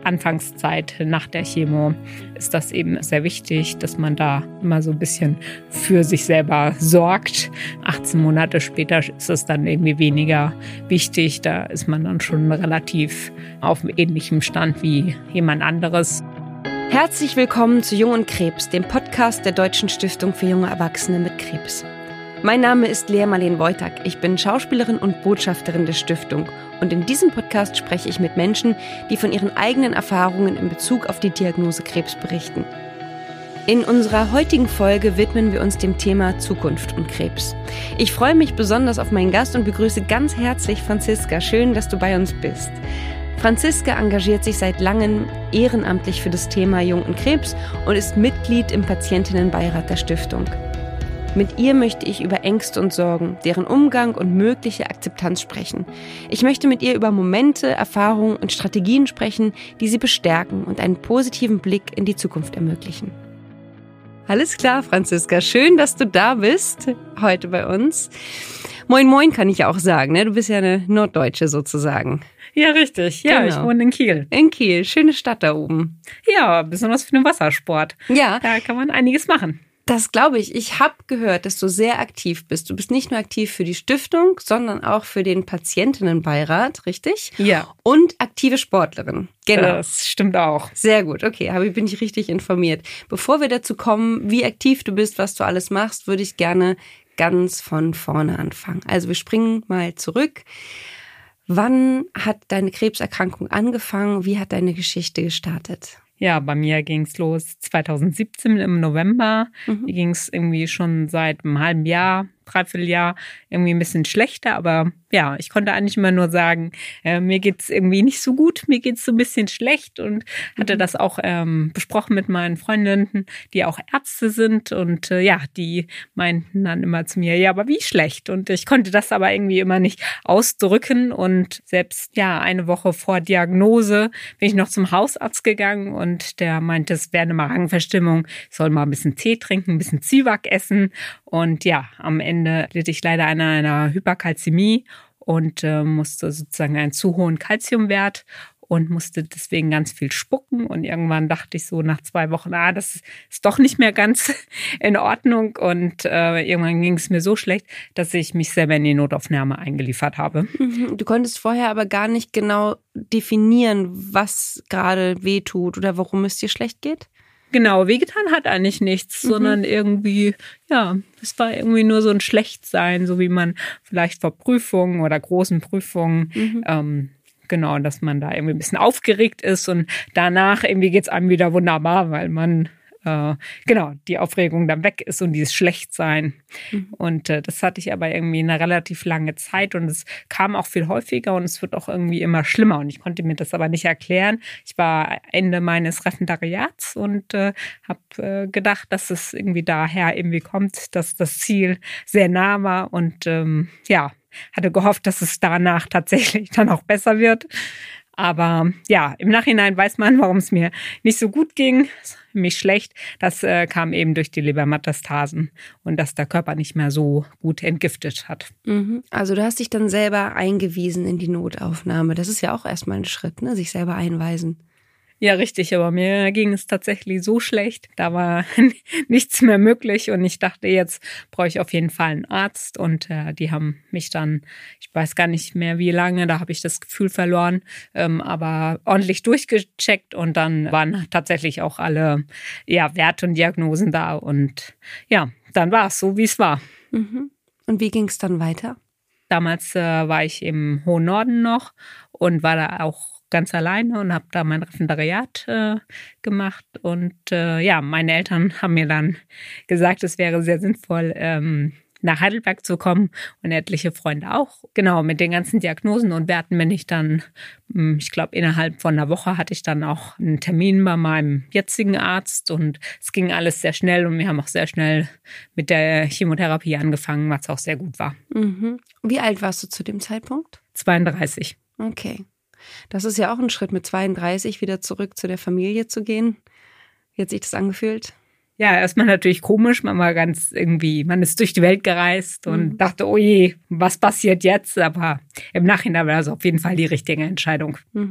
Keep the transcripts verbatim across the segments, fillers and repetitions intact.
Anfangszeit nach der Chemo ist das eben sehr wichtig, dass man da immer so ein bisschen für sich selber sorgt. achtzehn Monate später ist es dann irgendwie weniger wichtig. Da ist man dann schon relativ auf ähnlichem Stand wie jemand anderes. Herzlich willkommen zu Jung und Krebs, dem Podcast der Deutschen Stiftung für junge Erwachsene mit Krebs. Mein Name ist Lea Marleen Wojtak. Ich bin Schauspielerin und Botschafterin der Stiftung. Und in diesem Podcast spreche ich mit Menschen, die von ihren eigenen Erfahrungen in Bezug auf die Diagnose Krebs berichten. In unserer heutigen Folge widmen wir uns dem Thema Zukunft und Krebs. Ich freue mich besonders auf meinen Gast und begrüße ganz herzlich Franziska. Schön, dass du bei uns bist. Franziska engagiert sich seit langem ehrenamtlich für das Thema Jung und Krebs und ist Mitglied im Patientinnenbeirat der Stiftung. Mit ihr möchte ich über Ängste und Sorgen, deren Umgang und mögliche Akzeptanz sprechen. Ich möchte mit ihr über Momente, Erfahrungen und Strategien sprechen, die sie bestärken und einen positiven Blick in die Zukunft ermöglichen. Alles klar, Franziska. Schön, dass du da bist heute bei uns. Moin, moin kann ich ja auch sagen, ne? Du bist ja eine Norddeutsche sozusagen. Ja, richtig. Ja, genau. Ich wohne in Kiel. In Kiel. Schöne Stadt da oben. Ja, besonders für den Wassersport. Ja. Da kann man einiges machen. Das glaube ich. Ich habe gehört, dass du sehr aktiv bist. Du bist nicht nur aktiv für die Stiftung, sondern auch für den Patientinnenbeirat, richtig? Ja. Und aktive Sportlerin. Genau. Das stimmt auch. Sehr gut. Okay, aber bin ich richtig informiert. Bevor wir dazu kommen, wie aktiv du bist, was du alles machst, würde ich gerne ganz von vorne anfangen. Also wir springen mal zurück. Wann hat deine Krebserkrankung angefangen? Wie hat deine Geschichte gestartet? Ja, bei mir ging es los zwanzig siebzehn im November. Mhm. Mir ging es irgendwie schon seit einem halben Jahr, dreiviertel Jahr irgendwie ein bisschen schlechter. Aber ja, ich konnte eigentlich immer nur sagen, äh, mir geht's irgendwie nicht so gut, mir geht's so ein bisschen schlecht. Und hatte mhm. das auch ähm, besprochen mit meinen Freundinnen, die auch Ärzte sind. Und äh, ja, die meinten dann immer zu mir, ja, aber wie schlecht? Und ich konnte das aber irgendwie immer nicht ausdrücken. Und selbst ja, eine Woche vor Diagnose bin ich noch zum Hausarzt gegangen und Und der meinte, es wäre eine Magenverstimmung, ich soll mal ein bisschen Tee trinken, ein bisschen Zwieback essen. Und ja, am Ende litt ich leider an einer Hyperkalzämie und äh, musste sozusagen einen zu hohen Kalziumwert und musste deswegen ganz viel spucken. Und irgendwann dachte ich so nach zwei Wochen, ah, das ist doch nicht mehr ganz in Ordnung. Und äh, irgendwann ging es mir so schlecht, dass ich mich selber in die Notaufnahme eingeliefert habe. Du konntest vorher aber gar nicht genau definieren, was gerade wehtut oder warum es dir schlecht geht? Genau, wehgetan hat eigentlich nichts, mhm. sondern irgendwie, ja, es war irgendwie nur so ein Schlechtsein, so wie man vielleicht vor Prüfungen oder großen Prüfungen mhm. ähm, Genau, dass man da irgendwie ein bisschen aufgeregt ist und danach irgendwie geht's einem wieder wunderbar, weil man, äh, genau, die Aufregung dann weg ist und dieses Schlechtsein. Mhm. Und äh, das hatte ich aber irgendwie eine relativ lange Zeit und es kam auch viel häufiger und es wird auch irgendwie immer schlimmer und ich konnte mir das aber nicht erklären. Ich war Ende meines Referendariats und äh, habe äh, gedacht, dass es irgendwie daher irgendwie kommt, dass das Ziel sehr nah war und ähm, ja, hatte gehofft, dass es danach tatsächlich dann auch besser wird. Aber ja, im Nachhinein weiß man, warum es mir nicht so gut ging, mich schlecht. Das äh, kam eben durch die Lebermetastasen und dass der Körper nicht mehr so gut entgiftet hat. Mhm. Also du hast dich dann selber eingewiesen in die Notaufnahme. Das ist ja auch erstmal ein Schritt, ne? Sich selber einweisen. Ja, richtig, aber mir ging es tatsächlich so schlecht, da war nichts mehr möglich und ich dachte, jetzt brauche ich auf jeden Fall einen Arzt und äh, die haben mich dann, ich weiß gar nicht mehr wie lange, da habe ich das Gefühl verloren, ähm, aber ordentlich durchgecheckt und dann waren tatsächlich auch alle ja, Werte und Diagnosen da und ja, dann war es so, wie es war. Mhm. Und wie ging es dann weiter? Damals äh, war ich im hohen Norden noch und war da auch ganz alleine und habe da mein Referendariat äh, gemacht. Und äh, ja, meine Eltern haben mir dann gesagt, es wäre sehr sinnvoll, ähm, nach Heidelberg zu kommen und etliche Freunde auch. Genau, mit den ganzen Diagnosen und Werten bin ich dann, ich glaube, innerhalb von einer Woche hatte ich dann auch einen Termin bei meinem jetzigen Arzt und es ging alles sehr schnell und wir haben auch sehr schnell mit der Chemotherapie angefangen, was auch sehr gut war. Mhm. Wie alt warst du zu dem Zeitpunkt? zweiunddreißig. Okay. Das ist ja auch ein Schritt, mit zweiunddreißig wieder zurück zu der Familie zu gehen. Wie hat sich das angefühlt? Ja, erstmal natürlich komisch, man war ganz irgendwie, man ist durch die Welt gereist und mhm. dachte, oh je, was passiert jetzt? Aber im Nachhinein war das auf jeden Fall die richtige Entscheidung. Mhm.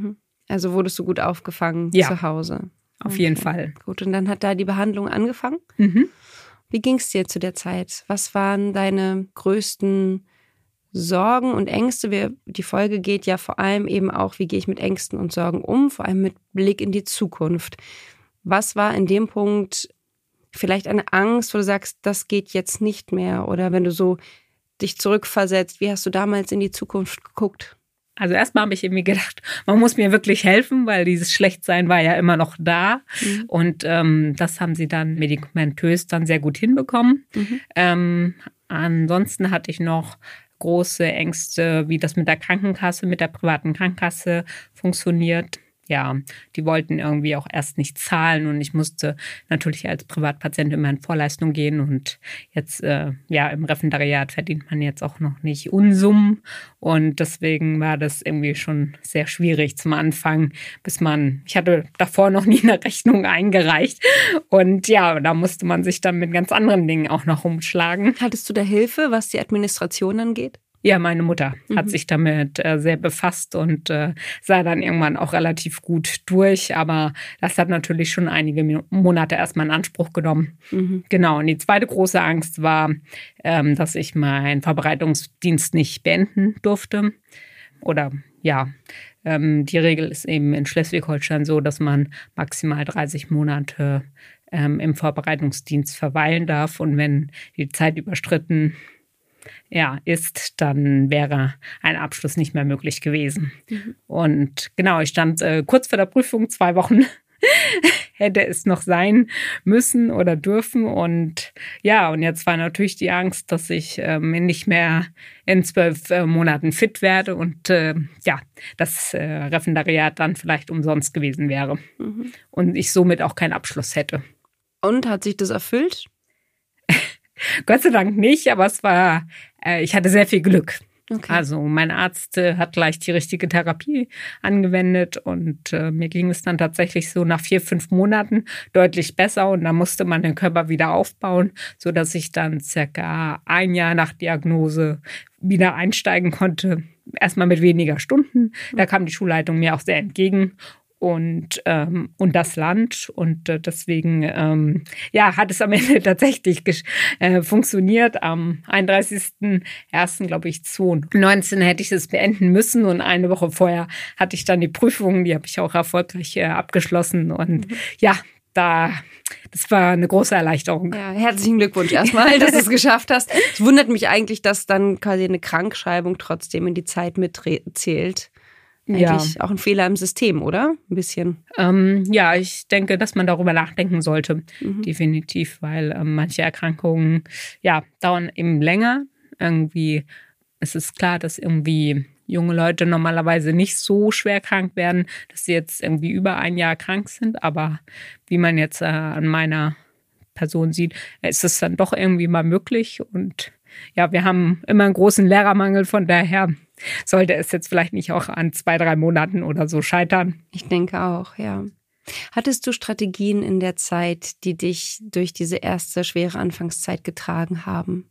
Also wurdest du gut aufgefangen ja, zu Hause? Auf okay. jeden Fall. Gut, und dann hat da die Behandlung angefangen? Mhm. Wie ging es dir zu der Zeit? Was waren deine größten Sorgen und Ängste? Wir, die Folge geht ja vor allem eben auch, wie gehe ich mit Ängsten und Sorgen um, vor allem mit Blick in die Zukunft. Was war in dem Punkt vielleicht eine Angst, wo du sagst, das geht jetzt nicht mehr? Oder wenn du so dich zurückversetzt, wie hast du damals in die Zukunft geguckt? Also erstmal habe ich irgendwie gedacht, man muss mir wirklich helfen, weil dieses Schlechtsein war ja immer noch da. Mhm. Und ähm, das haben sie dann medikamentös dann sehr gut hinbekommen. Mhm. Ähm, ansonsten hatte ich noch große Ängste, wie das mit der Krankenkasse, mit der privaten Krankenkasse funktioniert. Ja, die wollten irgendwie auch erst nicht zahlen und ich musste natürlich als Privatpatient immer in Vorleistung gehen und jetzt, äh, ja, im Referendariat verdient man jetzt auch noch nicht Unsummen und deswegen war das irgendwie schon sehr schwierig zum Anfang, bis man, ich hatte davor noch nie eine Rechnung eingereicht und ja, da musste man sich dann mit ganz anderen Dingen auch noch umschlagen. Hattest du da Hilfe, was die Administration angeht? Ja, meine Mutter mhm. hat sich damit äh, sehr befasst und äh, sah dann irgendwann auch relativ gut durch. Aber das hat natürlich schon einige Monate erstmal in Anspruch genommen. Mhm. Genau. Und die zweite große Angst war, ähm, dass ich meinen Vorbereitungsdienst nicht beenden durfte. Oder ja, ähm, die Regel ist eben in Schleswig-Holstein so, dass man maximal dreißig Monate ähm, im Vorbereitungsdienst verweilen darf. Und wenn die Zeit überstritten ja, ist, dann wäre ein Abschluss nicht mehr möglich gewesen. Mhm. Und genau, ich stand äh, kurz vor der Prüfung, zwei Wochen hätte es noch sein müssen oder dürfen. Und ja, und jetzt war natürlich die Angst, dass ich ähm, nicht mehr in zwölf äh, Monaten fit werde und äh, ja, das äh, Referendariat dann vielleicht umsonst gewesen wäre. Mhm. Und ich somit auch keinen Abschluss hätte. Und hat sich das erfüllt? Gott sei Dank nicht, aber es war, äh, ich hatte sehr viel Glück. Okay. Also mein Arzt äh, hat gleich die richtige Therapie angewendet und äh, mir ging es dann tatsächlich so nach vier, fünf Monaten deutlich besser und da musste man den Körper wieder aufbauen, sodass ich dann circa ein Jahr nach Diagnose wieder einsteigen konnte. Erstmal mit weniger Stunden. Da kam die Schulleitung mir auch sehr entgegen. Und, ähm, und das Land. Und äh, deswegen ähm, ja, hat es am Ende tatsächlich gesch- äh, funktioniert. Am einunddreißigsten ersten glaube ich, zweitausendneunzehn hätte ich es beenden müssen. Und eine Woche vorher hatte ich dann die Prüfung. Die habe ich auch erfolgreich äh, abgeschlossen. Und mhm. ja, da, das war eine große Erleichterung. Ja, herzlichen Glückwunsch erstmal, dass du es geschafft hast. Es wundert mich eigentlich, dass dann quasi eine Krankschreibung trotzdem in die Zeit mitzählt. Eigentlich ja. Auch ein Fehler im System, oder? Ein bisschen. Ähm, ja, ich denke, dass man darüber nachdenken sollte. Mhm. Definitiv, weil ähm, manche Erkrankungen ja dauern eben länger. Irgendwie es ist klar, dass irgendwie junge Leute normalerweise nicht so schwer krank werden, dass sie jetzt irgendwie über ein Jahr krank sind. Aber wie man jetzt äh, an meiner Person sieht, ist es dann doch irgendwie mal möglich. Und ja, wir haben immer einen großen Lehrermangel, von daher sollte es jetzt vielleicht nicht auch an zwei, drei Monaten oder so scheitern. Ich denke auch, ja. Hattest du Strategien in der Zeit, die dich durch diese erste schwere Anfangszeit getragen haben?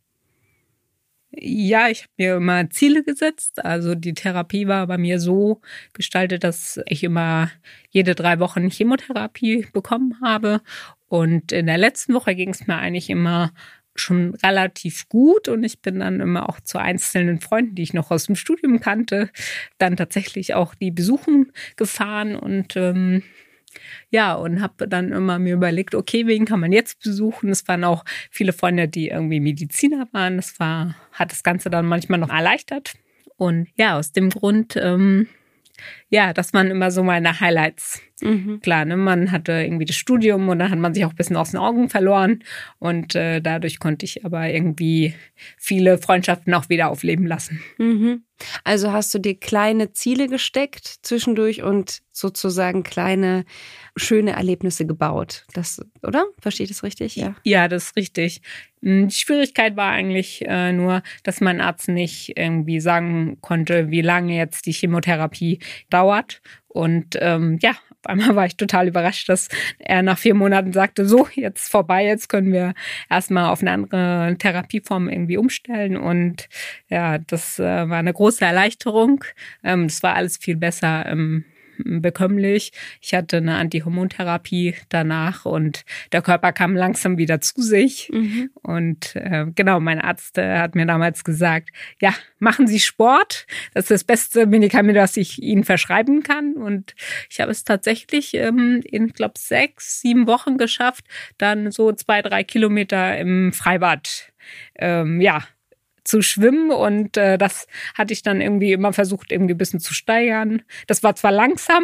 Ja, ich habe mir immer Ziele gesetzt. Also die Therapie war bei mir so gestaltet, dass ich immer jede drei Wochen Chemotherapie bekommen habe. Und in der letzten Woche ging es mir eigentlich immer schon relativ gut und ich bin dann immer auch zu einzelnen Freunden, die ich noch aus dem Studium kannte, dann tatsächlich auch die besuchen gefahren und ähm, ja, und habe dann immer mir überlegt, okay, wen kann man jetzt besuchen? Es waren auch viele Freunde, die irgendwie Mediziner waren. Das war, hat das Ganze dann manchmal noch erleichtert. Und ja, aus dem Grund, ähm, ja, das waren immer so meine Highlights. Mhm. Klar, ne, man hatte irgendwie das Studium und dann hat man sich auch ein bisschen aus den Augen verloren und äh, dadurch konnte ich aber irgendwie viele Freundschaften auch wieder aufleben lassen. Mhm. Also hast du dir kleine Ziele gesteckt zwischendurch und sozusagen kleine, schöne Erlebnisse gebaut. Das, oder? Verstehe ich das richtig? Ja, ja, das ist richtig. Die Schwierigkeit war eigentlich äh, nur, dass mein Arzt nicht irgendwie sagen konnte, wie lange jetzt die Chemotherapie dauert. Und ähm, ja, auf einmal war ich total überrascht, dass er nach vier Monaten sagte, so, jetzt vorbei, jetzt können wir erstmal auf eine andere Therapieform irgendwie umstellen. Und ja, das äh, war eine große Erleichterung. Ähm, das war alles viel besser im bekömmlich. Ich hatte eine Antihormontherapie danach und der Körper kam langsam wieder zu sich. Mhm. Und äh, genau, mein Arzt äh, hat mir damals gesagt, ja, machen Sie Sport. Das ist das beste Medikament, das ich Ihnen verschreiben kann. Und ich habe es tatsächlich ähm, in, glaube ich, sechs, sieben Wochen geschafft, dann so zwei, drei Kilometer im Freibad, ähm, ja, zu schwimmen und äh, das hatte ich dann irgendwie immer versucht, irgendwie ein bisschen zu steigern. Das war zwar langsam,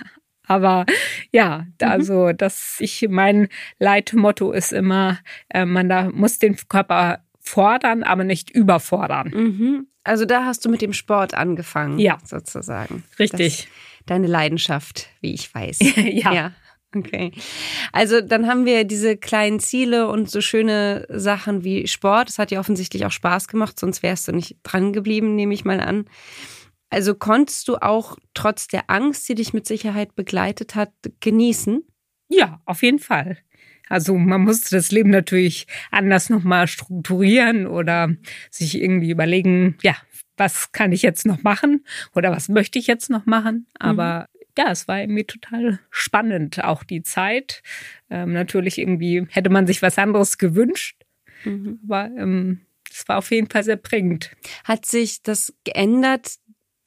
aber ja, also das ich mein Leitmotto ist immer, äh, man da muss den Körper fordern, aber nicht überfordern. Mhm. Also da hast du mit dem Sport angefangen, ja, sozusagen. Richtig. Das, deine Leidenschaft, wie ich weiß. ja. ja. Okay. Also dann haben wir diese kleinen Ziele und so schöne Sachen wie Sport. Das hat dir offensichtlich auch Spaß gemacht, sonst wärst du nicht dran geblieben, nehme ich mal an. Also konntest du auch trotz der Angst, die dich mit Sicherheit begleitet hat, genießen? Ja, auf jeden Fall. Also man musste das Leben natürlich anders nochmal strukturieren oder sich irgendwie überlegen, ja, was kann ich jetzt noch machen oder was möchte ich jetzt noch machen? Aber mhm. ja, es war irgendwie total spannend, auch die Zeit. Ähm, natürlich irgendwie hätte man sich was anderes gewünscht, mhm. aber ähm, es war auf jeden Fall sehr prägend. Hat sich das geändert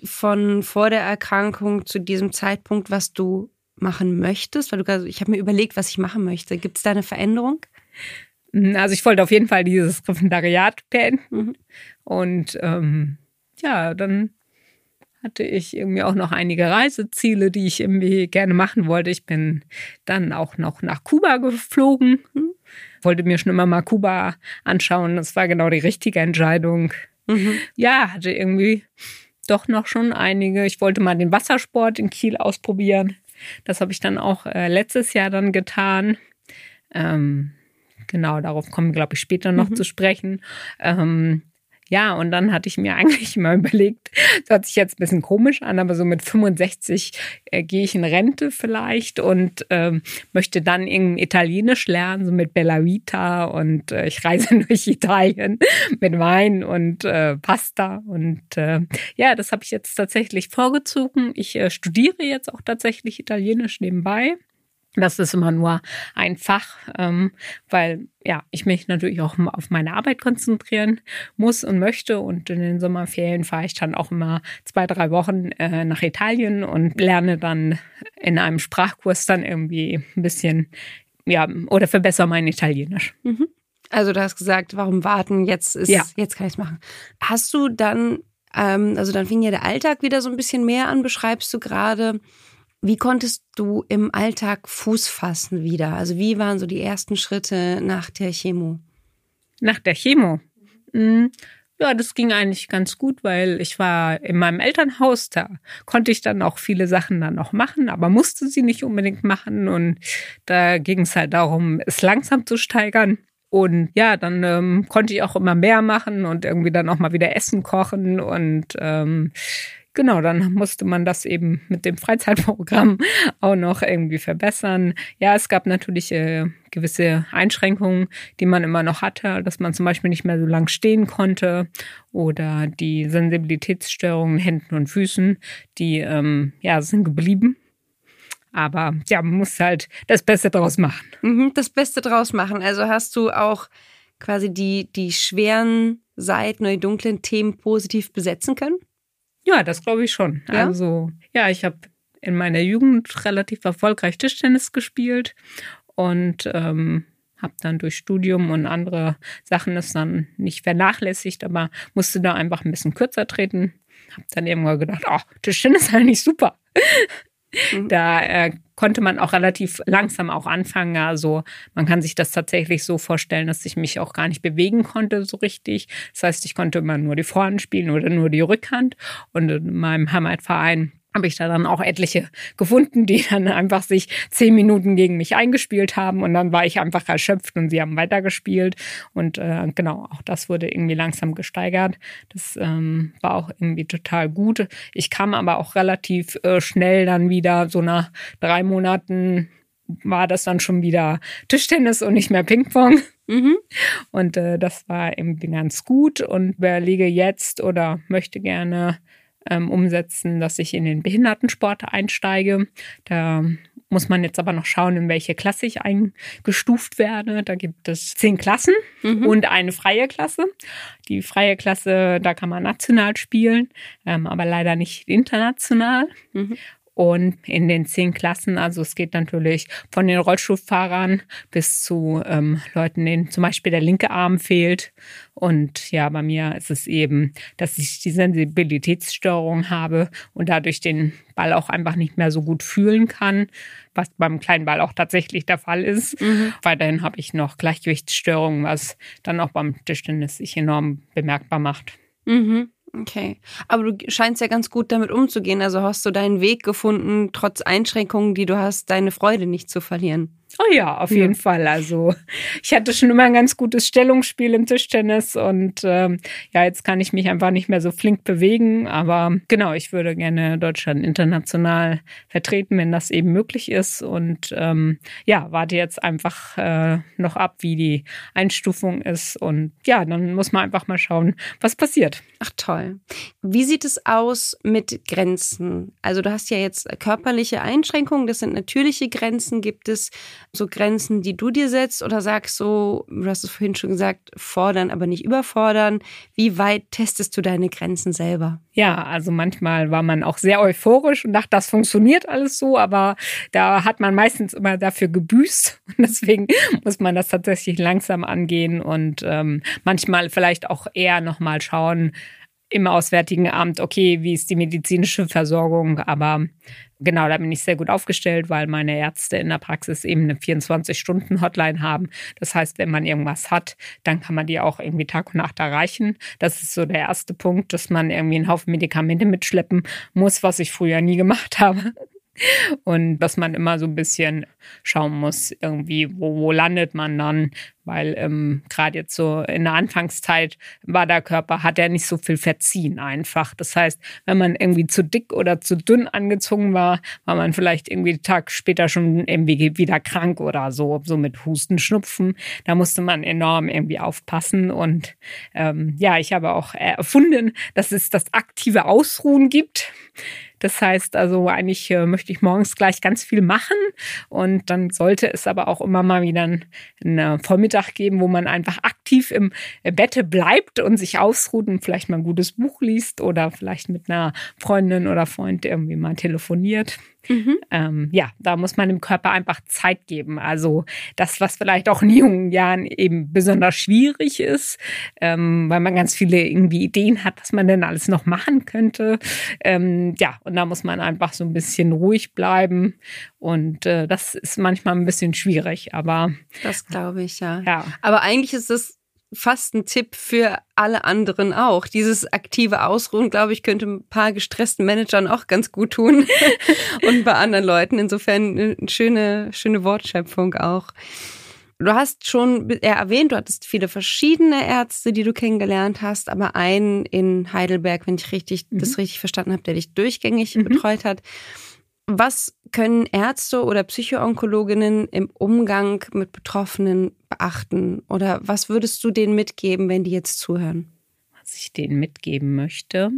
von vor der Erkrankung zu diesem Zeitpunkt, was du machen möchtest? Weil du, ich habe mir überlegt, was ich machen möchte. Gibt es da eine Veränderung? Also ich wollte auf jeden Fall dieses Referendariat beenden. Mhm. Und ähm, ja, dann hatte ich irgendwie auch noch einige Reiseziele, die ich irgendwie gerne machen wollte. Ich bin dann auch noch nach Kuba geflogen. Mhm. Wollte mir schon immer mal Kuba anschauen. Das war genau die richtige Entscheidung. Mhm. Ja, hatte irgendwie doch noch schon einige. Ich wollte mal den Wassersport in Kiel ausprobieren. Das habe ich dann auch äh, letztes Jahr dann getan. Ähm, genau, darauf kommen wir, glaube ich, später noch mhm. zu sprechen. Ähm, ja, und dann hatte ich mir eigentlich mal überlegt, das hört sich jetzt ein bisschen komisch an, aber so mit fünfundsechzig äh, gehe ich in Rente vielleicht und ähm, möchte dann irgendwie Italienisch lernen, so mit Bella Vita und äh, ich reise durch Italien mit Wein und äh, Pasta und äh, ja, das habe ich jetzt tatsächlich vorgezogen. Ich äh, studiere jetzt auch tatsächlich Italienisch nebenbei. Das ist immer nur ein Fach, ähm, weil ja ich mich natürlich auch auf meine Arbeit konzentrieren muss und möchte. Und in den Sommerferien fahre ich dann auch immer zwei, drei Wochen äh, nach Italien und lerne dann in einem Sprachkurs dann irgendwie ein bisschen, ja, oder verbessere mein Italienisch. Mhm. Also du hast gesagt, warum warten? Jetzt ist, ja. jetzt kann ich es machen. Hast du dann, ähm, also dann fing ja der Alltag wieder so ein bisschen mehr an, beschreibst du gerade. Wie konntest du im Alltag Fuß fassen wieder? Also wie waren so die ersten Schritte nach der Chemo? Nach der Chemo? Mhm. Ja, das ging eigentlich ganz gut, weil ich war in meinem Elternhaus, da konnte ich dann auch viele Sachen dann noch machen, aber musste sie nicht unbedingt machen. Und da ging es halt darum, es langsam zu steigern. Und ja, dann ähm, konnte ich auch immer mehr machen und irgendwie dann auch mal wieder Essen kochen und ähm, genau, dann musste man das eben mit dem Freizeitprogramm auch noch irgendwie verbessern. Ja, es gab natürlich äh, gewisse Einschränkungen, die man immer noch hatte, dass man zum Beispiel nicht mehr so lang stehen konnte oder die Sensibilitätsstörungen in Händen und Füßen, die ähm, ja sind geblieben. Aber ja, man muss halt das Beste draus machen. Mhm, das Beste draus machen. Also hast du auch quasi die, die schweren Seiten oder die dunklen Themen positiv besetzen können? Ja, das glaube ich schon. Ja? Also ja, ich habe in meiner Jugend relativ erfolgreich Tischtennis gespielt und ähm, habe dann durch Studium und andere Sachen das dann nicht vernachlässigt, aber musste da einfach ein bisschen kürzer treten. Habe dann irgendwann gedacht, ach, Tischtennis ist eigentlich super. Mhm. Da äh, konnte man auch relativ langsam auch anfangen. Also man kann sich das tatsächlich so vorstellen, dass ich mich auch gar nicht bewegen konnte so richtig. Das heißt, ich konnte immer nur die Vorhand spielen oder nur die Rückhand. Und in meinem Heimatverein habe ich da dann auch etliche gefunden, die dann einfach sich zehn Minuten gegen mich eingespielt haben und dann war ich einfach erschöpft und sie haben weitergespielt und äh, genau, auch das wurde irgendwie langsam gesteigert. Das ähm, war auch irgendwie total gut. Ich kam aber auch relativ äh, schnell dann wieder, so nach drei Monaten war das dann schon wieder Tischtennis und nicht mehr Ping-Pong. Mhm. Und äh, das war irgendwie ganz gut und überlege jetzt oder möchte gerne ähm, umsetzen, dass ich in den Behindertensport einsteige. Da muss man jetzt aber noch schauen, in welche Klasse ich eingestuft werde. Da gibt es zehn Klassen mhm. und eine freie Klasse. Die freie Klasse, da kann man national spielen, ähm, aber leider nicht international. Mhm. Und in den zehn Klassen, also es geht natürlich von den Rollstuhlfahrern bis zu ähm, Leuten, denen zum Beispiel der linke Arm fehlt. Und ja, bei mir ist es eben, dass ich die Sensibilitätsstörung habe und dadurch den Ball auch einfach nicht mehr so gut fühlen kann, was beim kleinen Ball auch tatsächlich der Fall ist. Mhm. Weiterhin habe ich noch Gleichgewichtsstörungen, was dann auch beim Tischtennis sich enorm bemerkbar macht. Mhm. Okay, aber du scheinst ja ganz gut damit umzugehen. Also hast du deinen Weg gefunden, trotz Einschränkungen, die du hast, deine Freude nicht zu verlieren. Oh ja, auf jeden ja. Fall. Also ich hatte schon immer ein ganz gutes Stellungsspiel im Tischtennis und ähm, ja, jetzt kann ich mich einfach nicht mehr so flink bewegen. Aber genau, ich würde gerne Deutschland international vertreten, wenn das eben möglich ist. Und ähm, ja, warte jetzt einfach äh, noch ab, wie die Einstufung ist. Und ja, dann muss man einfach mal schauen, was passiert. Ach toll. Wie sieht es aus mit Grenzen? Also du hast ja jetzt körperliche Einschränkungen, das sind natürliche Grenzen. Gibt es so Grenzen, die du dir setzt oder sagst so, du hast es vorhin schon gesagt, fordern, aber nicht überfordern? Wie weit testest du deine Grenzen selber? Ja, also manchmal war man auch sehr euphorisch und dachte, das funktioniert alles so, aber da hat man meistens immer dafür gebüßt und deswegen muss man das tatsächlich langsam angehen und ähm, manchmal vielleicht auch eher nochmal schauen im Auswärtigen Amt, okay, wie ist die medizinische Versorgung, aber genau, da bin ich sehr gut aufgestellt, weil meine Ärzte in der Praxis eben eine vierundzwanzig-Stunden-Hotline haben. Das heißt, wenn man irgendwas hat, dann kann man die auch irgendwie Tag und Nacht erreichen. Das ist so der erste Punkt, dass man irgendwie einen Haufen Medikamente mitschleppen muss, was ich früher nie gemacht habe. Und dass man immer so ein bisschen schauen muss, irgendwie, wo, wo landet man dann? Weil ähm, gerade jetzt so in der Anfangszeit war der Körper, hat er nicht so viel verziehen einfach. Das heißt, wenn man irgendwie zu dick oder zu dünn angezogen war, war man vielleicht irgendwie einen Tag später schon irgendwie wieder krank oder so, so mit Husten, Schnupfen. Da musste man enorm irgendwie aufpassen. Und ähm, ja, ich habe auch erfunden, dass es das aktive Ausruhen gibt. Das heißt also, eigentlich äh, möchte ich morgens gleich ganz viel machen und dann sollte es aber auch immer mal wieder einen, einen Vormittag geben, wo man einfach aktiv im Bette bleibt und sich ausruht und vielleicht mal ein gutes Buch liest oder vielleicht mit einer Freundin oder Freund irgendwie mal telefoniert. Mhm. Ähm, ja, da muss man dem Körper einfach Zeit geben. Also das, was vielleicht auch in jungen Jahren eben besonders schwierig ist, ähm, weil man ganz viele irgendwie Ideen hat, was man denn alles noch machen könnte. Ähm, ja, und da muss man einfach so ein bisschen ruhig bleiben. Und äh, das ist manchmal ein bisschen schwierig, aber das glaube ich, ja. ja. Aber eigentlich ist es fast ein Tipp für alle anderen auch. Dieses aktive Ausruhen, glaube ich, könnte ein paar gestressten Managern auch ganz gut tun und bei anderen Leuten. Insofern eine schöne, schöne Wortschöpfung auch. Du hast schon erwähnt, du hattest viele verschiedene Ärzte, die du kennengelernt hast, aber einen in Heidelberg, wenn ich richtig, mhm. das richtig verstanden habe, der dich durchgängig mhm. betreut hat. Was können Ärzte oder Psychoonkologinnen im Umgang mit Betroffenen beachten? Oder was würdest du denen mitgeben, wenn die jetzt zuhören? Was ich denen mitgeben möchte?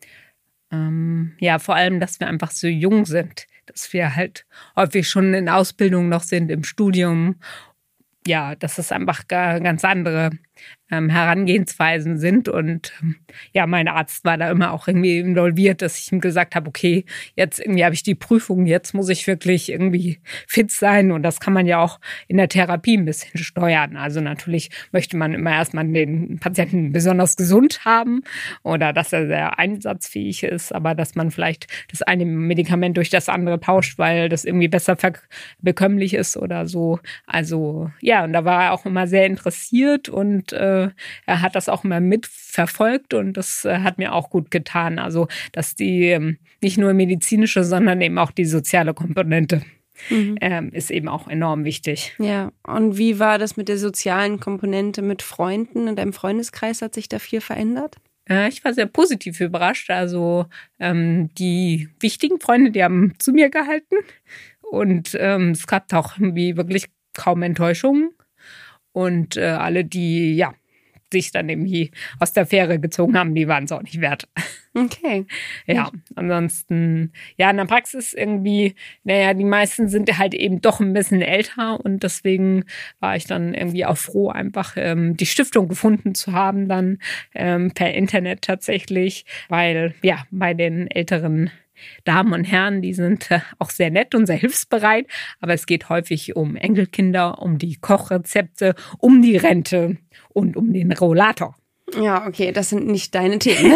Ähm, ja, vor allem, dass wir einfach so jung sind. Dass wir halt häufig schon in Ausbildung noch sind, im Studium. Ja, dass es einfach ganz andere ähm, Herangehensweisen sind. Und ja, mein Arzt war da immer auch irgendwie involviert, dass ich ihm gesagt habe, okay, jetzt irgendwie habe ich die Prüfung, jetzt muss ich wirklich irgendwie fit sein. Und das kann man ja auch in der Therapie ein bisschen steuern. Also natürlich möchte man immer erstmal den Patienten besonders gesund haben oder dass er sehr einsatzfähig ist, aber dass man vielleicht das eine Medikament durch das andere tauscht, weil das irgendwie besser bekömmlich ist oder so. Also ja, und da war er auch immer sehr interessiert und äh, er hat das auch immer mitverfolgt und das äh, hat mir auch gut getan. Also, dass die ähm, nicht nur medizinische, sondern eben auch die soziale Komponente mhm. ähm, ist eben auch enorm wichtig. Ja, und wie war das mit der sozialen Komponente mit Freunden? In deinem Freundeskreis hat sich da viel verändert? Äh, ich war sehr positiv überrascht. Also ähm, die wichtigen Freunde, die haben zu mir gehalten und ähm, es gab auch irgendwie wirklich kaum Enttäuschungen. Und äh, alle, die ja sich dann irgendwie aus der Fähre gezogen haben, die waren es auch nicht wert. Okay. Ja, ansonsten, ja, in der Praxis irgendwie, naja, die meisten sind halt eben doch ein bisschen älter und deswegen war ich dann irgendwie auch froh, einfach ähm, die Stiftung gefunden zu haben, dann ähm, per Internet tatsächlich, weil ja, bei den älteren Damen und Herren, die sind äh, auch sehr nett und sehr hilfsbereit, aber es geht häufig um Enkelkinder, um die Kochrezepte, um die Rente und um den Rollator. Ja, okay, das sind nicht deine Themen.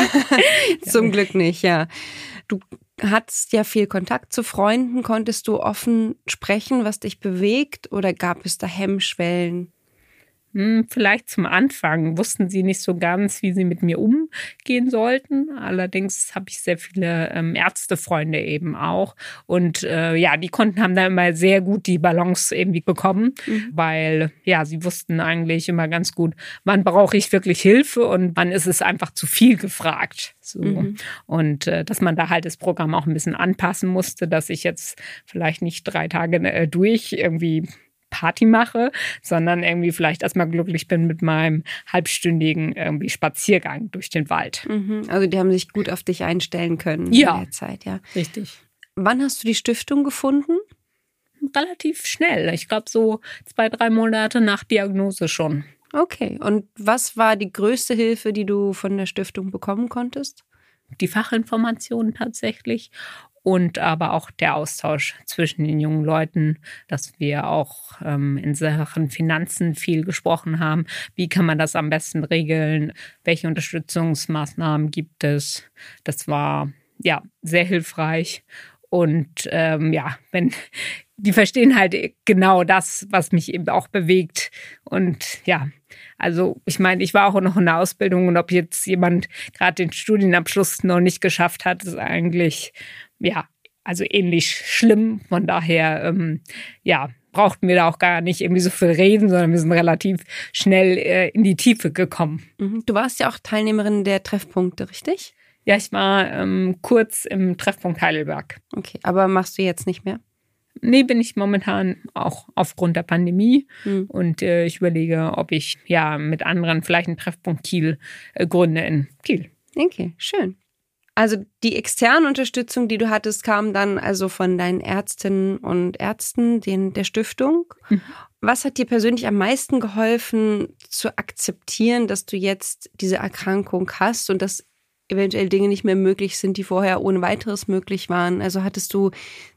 Zum Glück nicht, ja. Du hattest ja viel Kontakt zu Freunden. Konntest du offen sprechen, was dich bewegt, oder gab es da Hemmschwellen? Hm, vielleicht zum Anfang wussten sie nicht so ganz, wie sie mit mir umgehen sollten. Allerdings habe ich sehr viele ähm, Ärztefreunde eben auch. Und äh, ja, die konnten, haben da immer sehr gut die Balance irgendwie bekommen, mhm. weil ja, sie wussten eigentlich immer ganz gut, wann brauche ich wirklich Hilfe und wann ist es einfach zu viel gefragt. So. Mhm. Und äh, dass man da halt das Programm auch ein bisschen anpassen musste, dass ich jetzt vielleicht nicht drei Tage äh, durch irgendwie Party mache, sondern irgendwie vielleicht erstmal glücklich bin mit meinem halbstündigen irgendwie Spaziergang durch den Wald. Mhm. Also die haben sich gut auf dich einstellen können ja. in der Zeit, ja. Richtig. Wann hast du die Stiftung gefunden? Relativ schnell. Ich glaube so zwei, drei Monate nach Diagnose schon. Okay. Und was war die größte Hilfe, die du von der Stiftung bekommen konntest? Die Fachinformationen tatsächlich. Und aber auch der Austausch zwischen den jungen Leuten, dass wir auch ähm, in Sachen Finanzen viel gesprochen haben. Wie kann man das am besten regeln? Welche Unterstützungsmaßnahmen gibt es? Das war ja sehr hilfreich. Und ähm, ja, wenn die verstehen halt genau das, was mich eben auch bewegt. Und ja, also ich meine, ich war auch noch in der Ausbildung und ob jetzt jemand gerade den Studienabschluss noch nicht geschafft hat, ist eigentlich ja, also ähnlich schlimm. Von daher, ähm, ja, brauchten wir da auch gar nicht irgendwie so viel reden, sondern wir sind relativ schnell äh, in die Tiefe gekommen. Du warst ja auch Teilnehmerin der Treffpunkte, richtig? Ja, ich war ähm, kurz im Treffpunkt Heidelberg. Okay, aber machst du jetzt nicht mehr? Nee, bin ich momentan auch aufgrund der Pandemie. Hm. Und äh, ich überlege, ob ich ja mit anderen vielleicht einen Treffpunkt Kiel äh, gründe in Kiel. Okay, schön. Also die externe Unterstützung, die du hattest, kam dann also von deinen Ärztinnen und Ärzten, den, der Stiftung. Mhm. Was hat dir persönlich am meisten geholfen, zu akzeptieren, dass du jetzt diese Erkrankung hast und dass eventuell Dinge nicht mehr möglich sind, die vorher ohne weiteres möglich waren? Also hattest du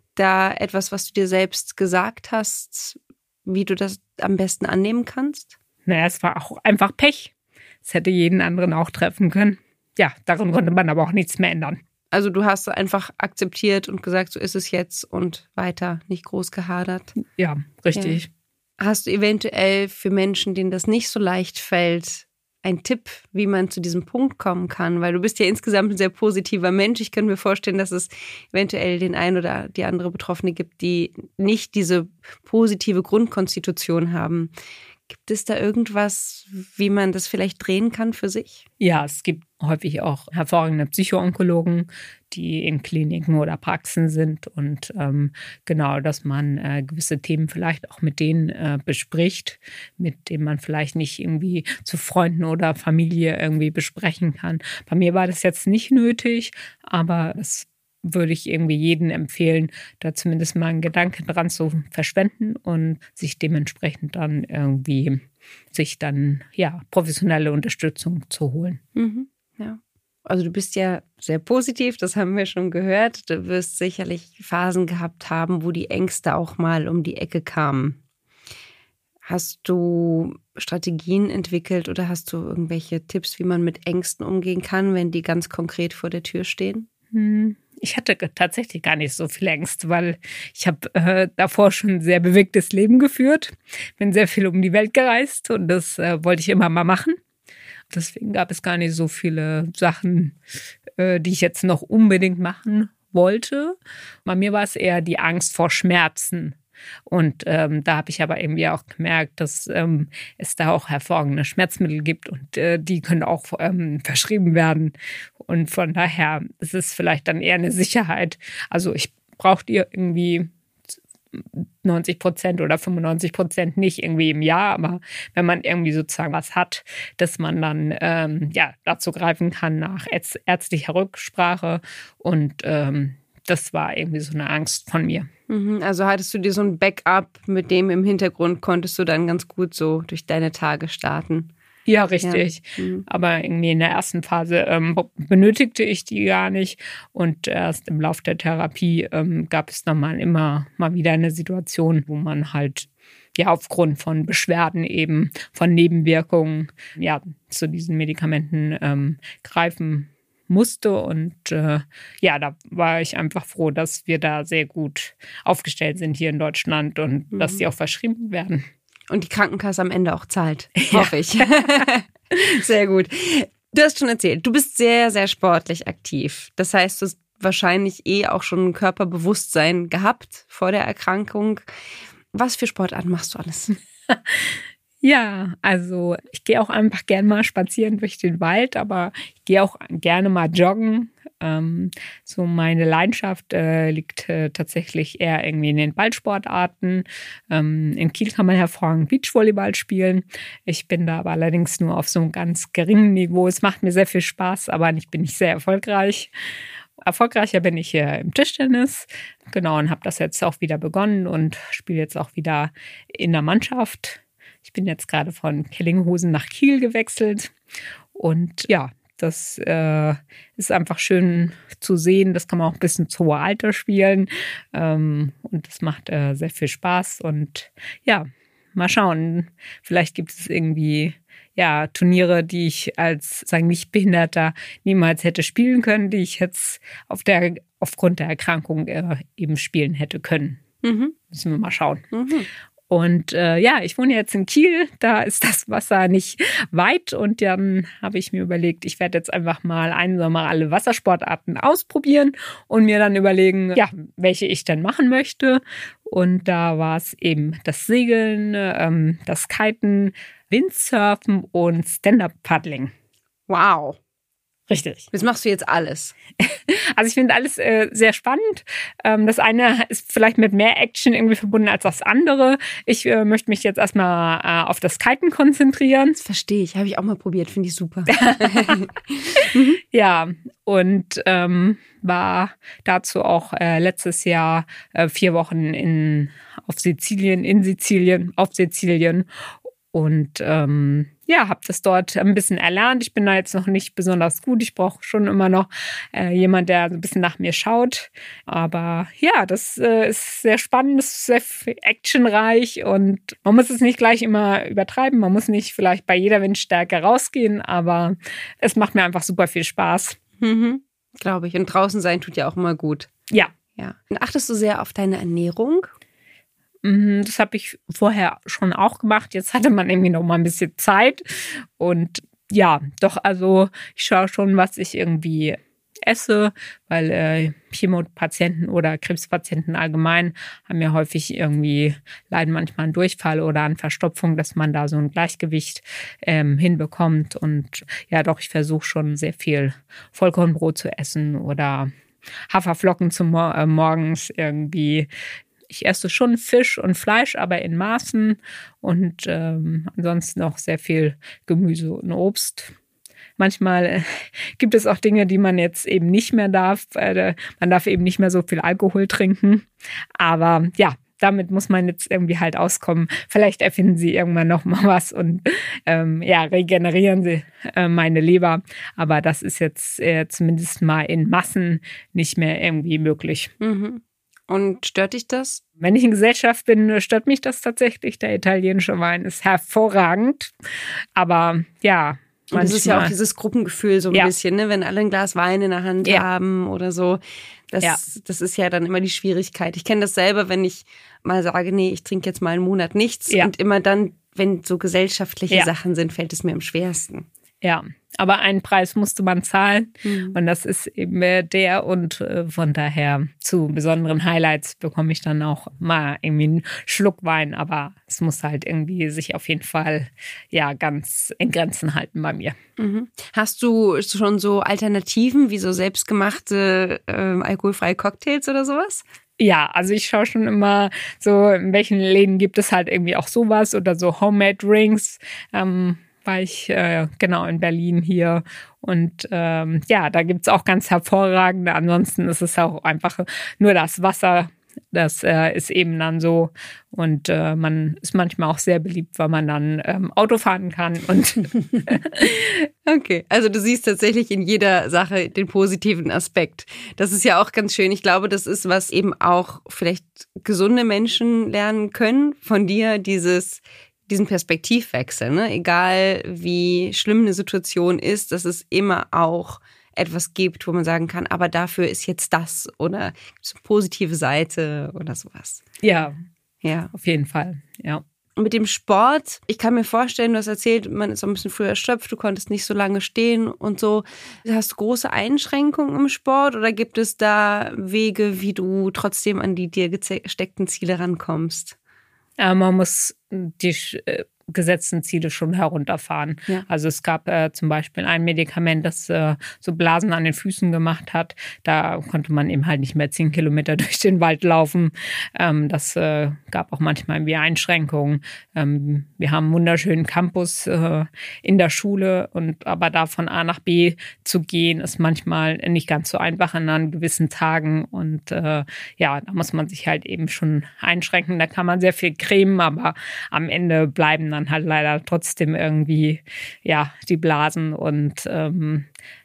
da etwas, was du dir selbst gesagt hast, wie du das am besten annehmen kannst? Naja, es war auch einfach Pech. Es hätte jeden anderen auch treffen können. Ja, daran konnte man aber auch nichts mehr ändern. Also du hast einfach akzeptiert und gesagt, so ist es jetzt und weiter, nicht groß gehadert. Ja, richtig. Ja. Hast du eventuell für Menschen, denen das nicht so leicht fällt, einen Tipp, wie man zu diesem Punkt kommen kann? Weil du bist ja insgesamt ein sehr positiver Mensch. Ich kann mir vorstellen, dass es eventuell den einen oder die andere Betroffene gibt, die nicht diese positive Grundkonstitution haben. Gibt es da irgendwas, wie man das vielleicht drehen kann für sich? Ja, es gibt häufig auch hervorragende Psychoonkologen, die in Kliniken oder Praxen sind und ähm, genau, dass man äh, gewisse Themen vielleicht auch mit denen äh, bespricht, mit denen man vielleicht nicht irgendwie zu Freunden oder Familie irgendwie besprechen kann. Bei mir war das jetzt nicht nötig, aber es würde ich irgendwie jedem empfehlen, da zumindest mal einen Gedanken dran zu verschwenden und sich dementsprechend dann irgendwie sich dann ja professionelle Unterstützung zu holen. Mhm, ja. Also du bist ja sehr positiv, das haben wir schon gehört. Du wirst sicherlich Phasen gehabt haben, wo die Ängste auch mal um die Ecke kamen. Hast du Strategien entwickelt oder hast du irgendwelche Tipps, wie man mit Ängsten umgehen kann, wenn die ganz konkret vor der Tür stehen? Hm. Ich hatte tatsächlich gar nicht so viel Ängste, weil ich habe äh, davor schon ein sehr bewegtes Leben geführt, bin sehr viel um die Welt gereist und das äh, wollte ich immer mal machen. Deswegen gab es gar nicht so viele Sachen, äh, die ich jetzt noch unbedingt machen wollte. Bei mir war es eher die Angst vor Schmerzen. Und ähm, da habe ich aber irgendwie auch gemerkt, dass ähm, es da auch hervorragende Schmerzmittel gibt und äh, die können auch ähm, verschrieben werden. Und von daher ist es vielleicht dann eher eine Sicherheit. Also ich brauchte irgendwie achtundneunzig Prozent oder fünfundneunzig Prozent nicht irgendwie im Jahr, aber wenn man irgendwie sozusagen was hat, dass man dann ähm, ja dazu greifen kann nach ärz- ärztlicher Rücksprache und ähm, das war irgendwie so eine Angst von mir. Also hattest du dir so ein Backup, mit dem im Hintergrund konntest du dann ganz gut so durch deine Tage starten? Ja, richtig. Ja. Mhm. Aber irgendwie in der ersten Phase ähm, benötigte ich die gar nicht. Und erst im Lauf der Therapie ähm, gab es dann mal immer mal wieder eine Situation, wo man halt ja aufgrund von Beschwerden eben, von Nebenwirkungen, ja, zu diesen Medikamenten ähm, greifen musste. Und äh, ja, da war ich einfach froh, dass wir da sehr gut aufgestellt sind hier in Deutschland und mhm. dass die auch verschrieben werden. Und die Krankenkasse am Ende auch zahlt, hoffe ja. ich. Sehr gut. Du hast schon erzählt, du bist sehr, sehr sportlich aktiv. Das heißt, du hast wahrscheinlich eh auch schon ein Körperbewusstsein gehabt vor der Erkrankung. Was für Sportarten machst du alles? Ja, also ich gehe auch einfach gerne mal spazieren durch den Wald, aber ich gehe auch gerne mal joggen. Ähm, so meine Leidenschaft äh, liegt äh, tatsächlich eher irgendwie in den Ballsportarten. Ähm, in Kiel kann man hervorragend Beachvolleyball spielen. Ich bin da aber allerdings nur auf so einem ganz geringen Niveau. Es macht mir sehr viel Spaß, aber ich bin nicht sehr erfolgreich. Erfolgreicher bin ich hier im Tischtennis. Genau, und habe das jetzt auch wieder begonnen und spiele jetzt auch wieder in der Mannschaft. Ich bin jetzt gerade von Kellinghusen nach Kiel gewechselt und ja, das äh, ist einfach schön zu sehen. Das kann man auch bis ins hohe Alter spielen ähm, und das macht äh, sehr viel Spaß und ja, mal schauen. Vielleicht gibt es irgendwie ja Turniere, die ich als sagen Nichtbehinderter niemals hätte spielen können, die ich jetzt auf der aufgrund der Erkrankung äh, eben spielen hätte können. Mhm. Müssen wir mal schauen. Mhm. Und äh, ja, ich wohne jetzt in Kiel, da ist das Wasser nicht weit und dann habe ich mir überlegt, ich werde jetzt einfach mal einen Sommer alle Wassersportarten ausprobieren und mir dann überlegen, ja, welche ich denn machen möchte. Und da war es eben das Segeln, ähm, das Kiten, Windsurfen und Stand-Up-Paddling. Wow. Richtig. Das machst du jetzt alles. Also ich finde alles äh, sehr spannend. Ähm, das eine ist vielleicht mit mehr Action irgendwie verbunden als das andere. Ich äh, möchte mich jetzt erstmal äh, auf das Kiten konzentrieren. Das verstehe ich. Habe ich auch mal probiert. Finde ich super. mhm. Ja, und ähm, war dazu auch äh, letztes Jahr äh, vier Wochen in, auf Sizilien, in Sizilien, auf Sizilien. Und ähm, ja, habe das dort ein bisschen erlernt. Ich bin da jetzt noch nicht besonders gut. Ich brauche schon immer noch äh, jemand, der so ein bisschen nach mir schaut. Aber ja, das äh, ist sehr spannend, das ist sehr actionreich und man muss es nicht gleich immer übertreiben. Man muss nicht vielleicht bei jeder Windstärke rausgehen, aber es macht mir einfach super viel Spaß. Mhm, glaube ich. Und draußen sein tut ja auch immer gut. Ja. Ja. Und achtest du sehr auf deine Ernährung? Das habe ich vorher schon auch gemacht. Jetzt hatte man irgendwie noch mal ein bisschen Zeit. Und ja, doch, also ich schaue schon, was ich irgendwie esse, weil äh, Chemopatienten oder Krebspatienten allgemein haben ja häufig irgendwie, leiden manchmal an Durchfall oder an Verstopfung, dass man da so ein Gleichgewicht ähm, hinbekommt. Und ja, doch, ich versuche schon sehr viel Vollkornbrot zu essen oder Haferflocken zum Mor- äh, morgens irgendwie. Ich esse schon Fisch und Fleisch, aber in Maßen und ähm, ansonsten auch sehr viel Gemüse und Obst. Manchmal äh, gibt es auch Dinge, die man jetzt eben nicht mehr darf. Äh, man darf eben nicht mehr so viel Alkohol trinken. Aber ja, damit muss man jetzt irgendwie halt auskommen. Vielleicht erfinden sie irgendwann noch mal was und ähm, ja, regenerieren sie äh, meine Leber. Aber das ist jetzt äh, zumindest mal in Massen nicht mehr irgendwie möglich. Mhm. Und stört dich das? Wenn ich in Gesellschaft bin, stört mich das tatsächlich. Der italienische Wein ist hervorragend. Aber ja, manchmal. Und das ist ja auch dieses Gruppengefühl so ein ja. bisschen, ne? Wenn alle ein Glas Wein in der Hand ja. haben oder so. Das, ja. das ist ja dann immer die Schwierigkeit. Ich kenne das selber, wenn ich mal sage, nee, ich trinke jetzt mal einen Monat nichts. Ja. Und immer dann, wenn so gesellschaftliche ja. Sachen sind, fällt es mir am schwersten. Ja, aber einen Preis musste man zahlen mhm. und das ist eben der und von daher zu besonderen Highlights bekomme ich dann auch mal irgendwie einen Schluck Wein, aber es muss halt irgendwie sich auf jeden Fall ja ganz in Grenzen halten bei mir. Mhm. Hast du schon so Alternativen wie so selbstgemachte äh, alkoholfreie Cocktails oder sowas? Ja, also ich schaue schon immer so, in welchen Läden gibt es halt irgendwie auch sowas oder so Homemade Drinks. Ähm, war ich äh, genau in Berlin hier und ähm, ja, da gibt's auch ganz hervorragende. Ansonsten ist es auch einfach nur das Wasser. Das äh, ist eben dann so und äh, man ist manchmal auch sehr beliebt, weil man dann ähm, Auto fahren kann. Und okay, also du siehst tatsächlich in jeder Sache den positiven Aspekt. Das ist ja auch ganz schön. Ich glaube, das ist, was eben auch vielleicht gesunde Menschen lernen können von dir, dieses diesen Perspektivwechsel. Ne? Egal wie schlimm eine Situation ist, dass es immer auch etwas gibt, wo man sagen kann, aber dafür ist jetzt das oder so eine positive Seite oder sowas. Ja, ja, auf jeden Fall, ja. Und mit dem Sport, ich kann mir vorstellen, du hast erzählt, man ist ein bisschen früher erschöpft, du konntest nicht so lange stehen und so. Hast du große Einschränkungen im Sport oder gibt es da Wege, wie du trotzdem an die dir gesteckten Ziele rankommst? Ja, man muss die äh, gesetzten Ziele schon herunterfahren. Ja. Also es gab äh, zum Beispiel ein Medikament, das äh, so Blasen an den Füßen gemacht hat. Da konnte man eben halt nicht mehr zehn Kilometer durch den Wald laufen. Ähm, das äh, gab auch manchmal irgendwie Einschränkungen. Ähm, wir haben einen wunderschönen Campus äh, in der Schule, und aber da von A nach B zu gehen, ist manchmal nicht ganz so einfach an gewissen Tagen. Und äh, ja, da muss man sich halt eben schon einschränken. Da kann man sehr viel cremen, aber am Ende bleiben dann halt leider trotzdem irgendwie ja die Blasen, und ähm,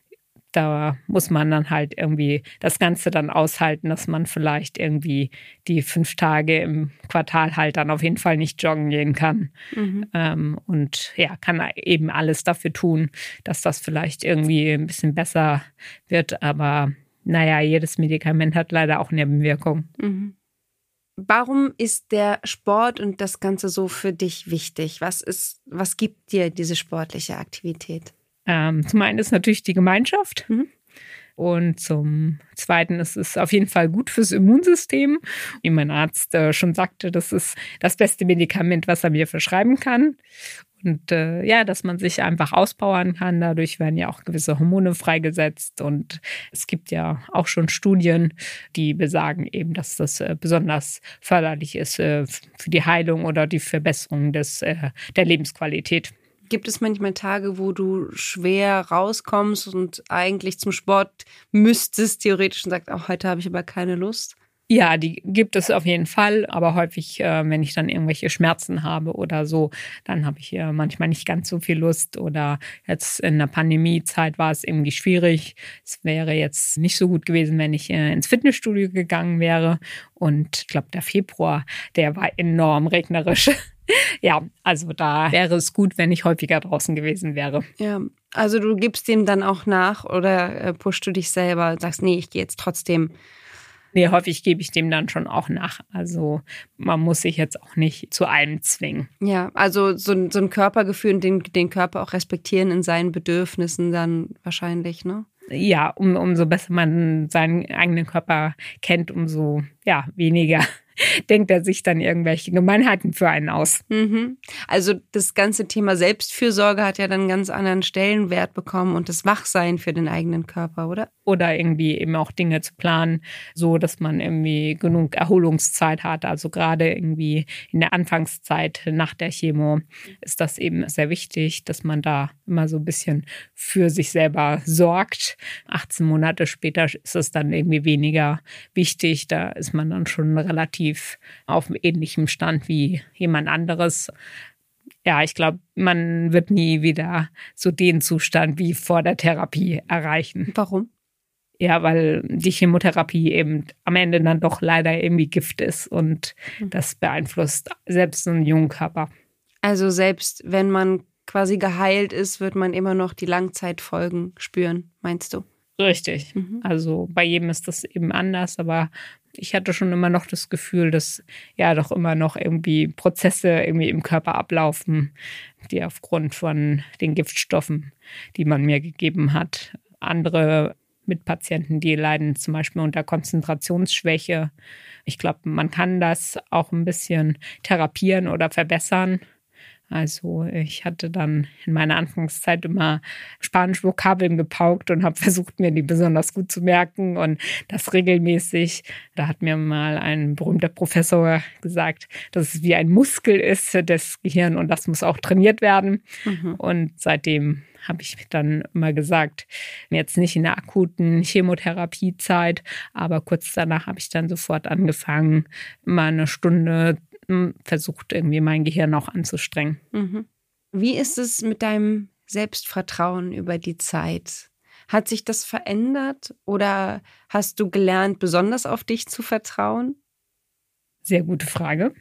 da muss man dann halt irgendwie das Ganze dann aushalten, dass man vielleicht irgendwie die fünf Tage im Quartal halt dann auf jeden Fall nicht joggen gehen kann. Mhm. Ähm, und ja, kann eben alles dafür tun, dass das vielleicht irgendwie ein bisschen besser wird. Aber naja, jedes Medikament hat leider auch Nebenwirkungen. Mhm. Warum ist der Sport und das Ganze so für dich wichtig? Was ist, was gibt dir diese sportliche Aktivität? Ähm, zum einen ist natürlich die Gemeinschaft. Mhm. Und zum Zweiten ist es auf jeden Fall gut fürs Immunsystem. Wie mein Arzt äh, schon sagte, das ist das beste Medikament, was er mir verschreiben kann. Und äh, ja, dass man sich einfach auspowern kann. Dadurch werden ja auch gewisse Hormone freigesetzt. Und es gibt ja auch schon Studien, die besagen eben, dass das äh, besonders förderlich ist äh, für die Heilung oder die Verbesserung des, äh, der Lebensqualität. Gibt es manchmal Tage, wo du schwer rauskommst und eigentlich zum Sport müsstest, theoretisch, und sagst, auch heute habe ich aber keine Lust? Ja, die gibt es auf jeden Fall, aber häufig, äh, wenn ich dann irgendwelche Schmerzen habe oder so, dann habe ich äh, manchmal nicht ganz so viel Lust. Oder jetzt in der Pandemiezeit war es irgendwie schwierig. Es wäre jetzt nicht so gut gewesen, wenn ich äh, ins Fitnessstudio gegangen wäre. Und ich glaube, der Februar, der war enorm regnerisch. Ja, also da wäre es gut, wenn ich häufiger draußen gewesen wäre. Ja, also du gibst dem dann auch nach oder äh, pushst du dich selber und sagst, nee, ich gehe jetzt trotzdem. Nee, häufig gebe ich dem dann schon auch nach. Also man muss sich jetzt auch nicht zu allem zwingen. Ja, also so, so ein Körpergefühl und den, den Körper auch respektieren in seinen Bedürfnissen dann wahrscheinlich, ne? Ja, um, umso besser man seinen eigenen Körper kennt, umso ja, weniger denkt er sich dann irgendwelche Gemeinheiten für einen aus. Mhm. Also das ganze Thema Selbstfürsorge hat ja dann einen ganz anderen Stellenwert bekommen und das Wachsein für den eigenen Körper, oder? Oder irgendwie eben auch Dinge zu planen, so dass man irgendwie genug Erholungszeit hat. Also gerade irgendwie in der Anfangszeit nach der Chemo ist das eben sehr wichtig, dass man da immer so ein bisschen für sich selber sorgt. achtzehn Monate später ist es dann irgendwie weniger wichtig. Da ist man dann schon relativ auf ähnlichem Stand wie jemand anderes. Ja, ich glaube, man wird nie wieder so den Zustand wie vor der Therapie erreichen. Warum? Ja, weil die Chemotherapie eben am Ende dann doch leider irgendwie Gift ist und mhm. das beeinflusst selbst so einen jungen Körper. Also selbst wenn man quasi geheilt ist, wird man immer noch die Langzeitfolgen spüren, meinst du? Richtig. Mhm. Also bei jedem ist das eben anders, aber ich hatte schon immer noch das Gefühl, dass ja doch immer noch irgendwie Prozesse irgendwie im Körper ablaufen, die aufgrund von den Giftstoffen, die man mir gegeben hat. Andere Mitpatienten, die leiden zum Beispiel unter Konzentrationsschwäche. Ich glaube, man kann das auch ein bisschen therapieren oder verbessern. Also ich hatte dann in meiner Anfangszeit immer Spanisch-Vokabeln gepaukt und habe versucht, mir die besonders gut zu merken und das regelmäßig. Da hat mir mal ein berühmter Professor gesagt, dass es wie ein Muskel ist, das Gehirn, und das muss auch trainiert werden. Mhm. Und seitdem habe ich dann immer gesagt, jetzt nicht in der akuten Chemotherapiezeit, aber kurz danach habe ich dann sofort angefangen, mal eine Stunde versucht, irgendwie mein Gehirn auch anzustrengen. Mhm. Wie ist es mit deinem Selbstvertrauen über die Zeit? Hat sich das verändert oder hast du gelernt, besonders auf dich zu vertrauen? Sehr gute Frage.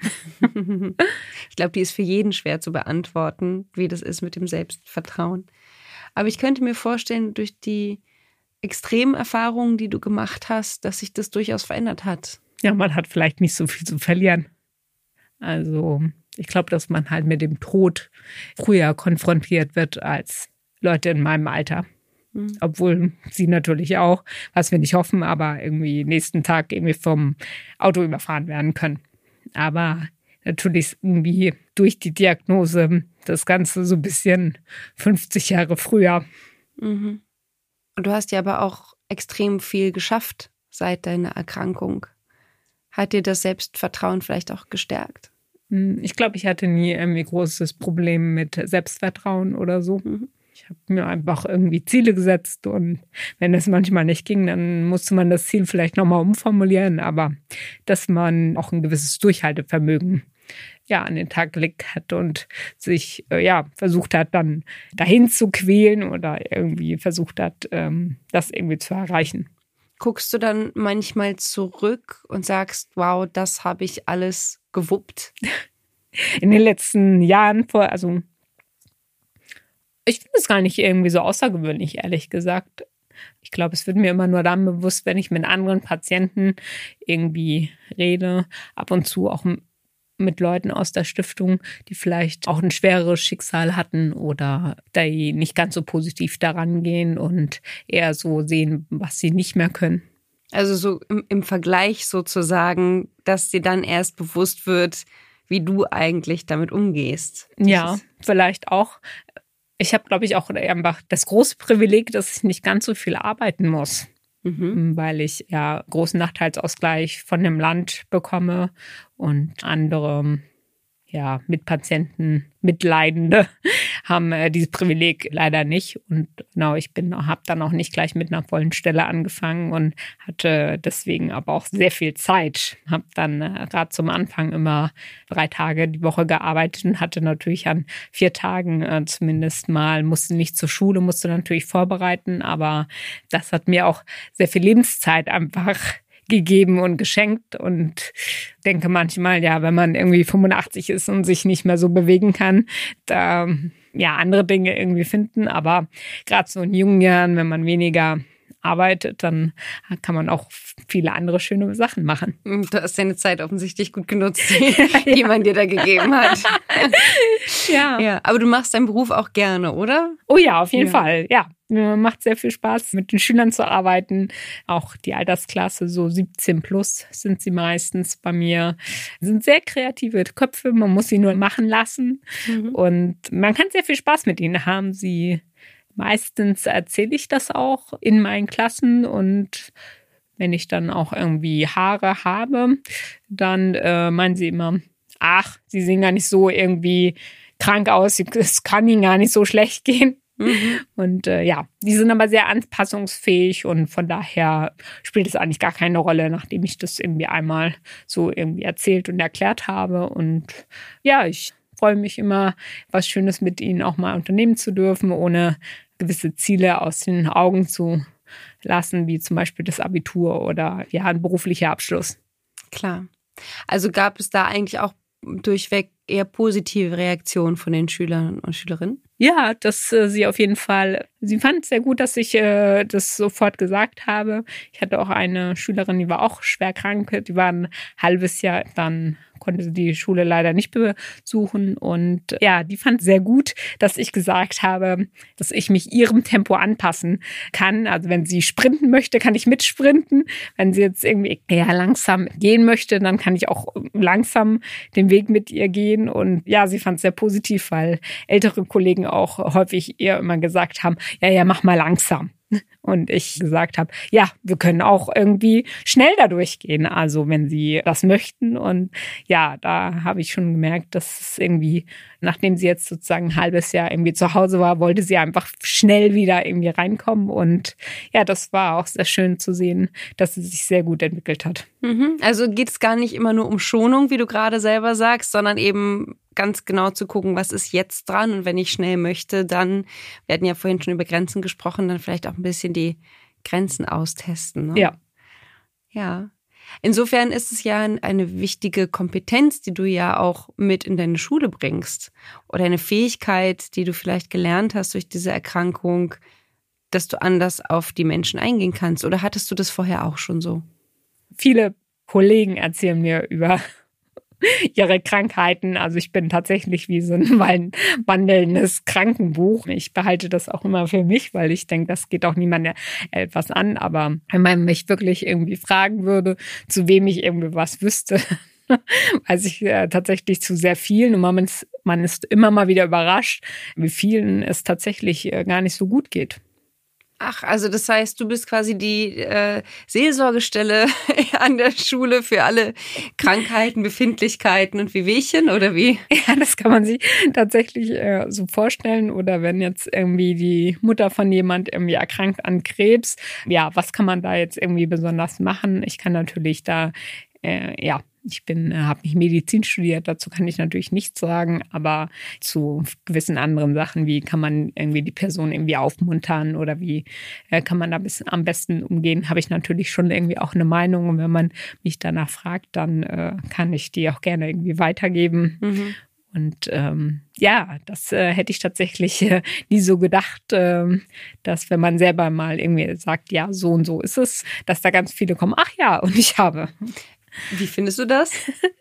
Ich glaube, die ist für jeden schwer zu beantworten, wie das ist mit dem Selbstvertrauen. Aber ich könnte mir vorstellen, durch die extremen Erfahrungen, die du gemacht hast, dass sich das durchaus verändert hat. Ja, man hat vielleicht nicht so viel zu verlieren. Also ich glaube, dass man halt mit dem Tod früher konfrontiert wird als Leute in meinem Alter. Mhm. Obwohl sie natürlich auch, was wir nicht hoffen, aber irgendwie nächsten Tag irgendwie vom Auto überfahren werden können. Aber natürlich irgendwie durch die Diagnose das Ganze so ein bisschen fünfzig Jahre früher. Mhm. Und du hast ja aber auch extrem viel geschafft seit deiner Erkrankung. Hat dir das Selbstvertrauen vielleicht auch gestärkt? Ich glaube, ich hatte nie irgendwie großes Problem mit Selbstvertrauen oder so. Mhm. Ich habe mir einfach irgendwie Ziele gesetzt und wenn es manchmal nicht ging, dann musste man das Ziel vielleicht nochmal umformulieren, aber dass man auch ein gewisses Durchhaltevermögen ja, an den Tag gelegt hat und sich äh, ja, versucht hat, dann dahin zu quälen oder irgendwie versucht hat, ähm, das irgendwie zu erreichen. Guckst du dann manchmal zurück und sagst, wow, das habe ich alles gewuppt? In den letzten Jahren, vor, also ich finde es gar nicht irgendwie so außergewöhnlich, ehrlich gesagt. Ich glaube, es wird mir immer nur dann bewusst, wenn ich mit anderen Patienten irgendwie rede, ab und zu auch mit Leuten aus der Stiftung, die vielleicht auch ein schwereres Schicksal hatten oder die nicht ganz so positiv daran gehen und eher so sehen, was sie nicht mehr können. Also so im, im Vergleich sozusagen, dass dir dann erst bewusst wird, wie du eigentlich damit umgehst. Das ja, vielleicht auch. Ich habe, glaube ich, auch einfach das große Privileg, dass ich nicht ganz so viel arbeiten muss. Mhm. Weil ich ja großen Nachteilsausgleich von dem Land bekomme und andere ja, Mitpatienten, Mitleidende haben äh, dieses Privileg leider nicht. Und genau, ich bin, habe dann auch nicht gleich mit einer vollen Stelle angefangen und hatte deswegen aber auch sehr viel Zeit. Habe dann äh, gerade zum Anfang immer drei Tage die Woche gearbeitet und hatte natürlich an vier Tagen äh, zumindest mal, musste nicht zur Schule, musste natürlich vorbereiten, aber das hat mir auch sehr viel Lebenszeit einfach gegeben und geschenkt und denke manchmal, ja, wenn man irgendwie fünfundachtzig ist und sich nicht mehr so bewegen kann, da ja andere Dinge irgendwie finden, aber gerade so in jungen Jahren, wenn man weniger arbeitet, dann kann man auch viele andere schöne Sachen machen. Du hast deine Zeit offensichtlich gut genutzt, die, die man dir da gegeben hat. ja. ja. Aber du machst deinen Beruf auch gerne, oder? Oh ja, auf jeden ja. Fall, ja. Macht sehr viel Spaß, mit den Schülern zu arbeiten. Auch die Altersklasse, so siebzehn plus sind sie meistens bei mir. Sind sehr kreative Köpfe, man muss sie nur machen lassen. Mhm. Und man kann sehr viel Spaß mit ihnen haben. Sie meistens erzähle ich das auch in meinen Klassen und wenn ich dann auch irgendwie Haare habe, dann äh, meinen sie immer, ach, sie sehen gar nicht so irgendwie krank aus, es kann ihnen gar nicht so schlecht gehen. Mhm. Und äh, ja, die sind aber sehr anpassungsfähig und von daher spielt es eigentlich gar keine Rolle, nachdem ich das irgendwie einmal so irgendwie erzählt und erklärt habe. Und ja, ich freue mich immer, was Schönes mit ihnen auch mal unternehmen zu dürfen, ohne gewisse Ziele aus den Augen zu lassen, wie zum Beispiel das Abitur oder ja, ein beruflicher Abschluss. Klar. Also gab es da eigentlich auch durchweg eher positive Reaktionen von den Schülern und Schülerinnen? Ja, dass äh, sie auf jeden Fall, sie fand es sehr gut, dass ich äh, das sofort gesagt habe. Ich hatte auch eine Schülerin, die war auch schwer krank, die war ein halbes Jahr dann konnte die Schule leider nicht besuchen. Und ja, die fand sehr gut, dass ich gesagt habe, dass ich mich ihrem Tempo anpassen kann. Also wenn sie sprinten möchte, kann ich mitsprinten. Wenn sie jetzt irgendwie eher langsam gehen möchte, dann kann ich auch langsam den Weg mit ihr gehen. Und ja, sie fand es sehr positiv, weil ältere Kollegen auch häufig ihr immer gesagt haben, ja, ja, mach mal langsam. Und ich gesagt habe, ja, wir können auch irgendwie schnell da durchgehen, also wenn Sie das möchten. Und ja, da habe ich schon gemerkt, dass es irgendwie, nachdem sie jetzt sozusagen ein halbes Jahr irgendwie zu Hause war, wollte sie einfach schnell wieder irgendwie reinkommen. Und ja, das war auch sehr schön zu sehen, dass sie sich sehr gut entwickelt hat. Mhm. Also geht es gar nicht immer nur um Schonung, wie du gerade selber sagst, sondern eben ganz genau zu gucken, was ist jetzt dran. Und wenn ich schnell möchte, dann, wir hatten ja vorhin schon über Grenzen gesprochen, dann vielleicht auch ein bisschen die Grenzen austesten. Ne? Ja. Ja. Insofern ist es ja eine wichtige Kompetenz, die du ja auch mit in deine Schule bringst. Oder eine Fähigkeit, die du vielleicht gelernt hast durch diese Erkrankung, dass du anders auf die Menschen eingehen kannst. Oder hattest du das vorher auch schon so? Viele Kollegen erzählen mir über ihre Krankheiten. Also ich bin tatsächlich wie so ein wandelndes Krankenbuch. Ich behalte das auch immer für mich, weil ich denke, das geht auch niemandem etwas an. Aber wenn man mich wirklich irgendwie fragen würde, zu wem ich irgendwie was wüsste, weiß ich äh, tatsächlich zu sehr vielen. Und man ist, man ist immer mal wieder überrascht, wie vielen es tatsächlich äh, gar nicht so gut geht. Ach, also das heißt, du bist quasi die äh, Seelsorgestelle an der Schule für alle Krankheiten, Befindlichkeiten und Wehwehchen, oder wie? Ja, das kann man sich tatsächlich äh, so vorstellen. Oder wenn jetzt irgendwie die Mutter von jemand irgendwie erkrankt an Krebs, ja, was kann man da jetzt irgendwie besonders machen? Ich kann natürlich da, äh, ja, Ich bin, habe nicht Medizin studiert, dazu kann ich natürlich nichts sagen, aber zu gewissen anderen Sachen, wie kann man irgendwie die Person irgendwie aufmuntern oder wie äh, kann man da bis, am besten umgehen, habe ich natürlich schon irgendwie auch eine Meinung. Und wenn man mich danach fragt, dann äh, kann ich die auch gerne irgendwie weitergeben. Mhm. Und ähm, ja, das äh, hätte ich tatsächlich äh, nie so gedacht, äh, dass wenn man selber mal irgendwie sagt, ja, so und so ist es, dass da ganz viele kommen, ach ja, und ich habe... Wie findest du das?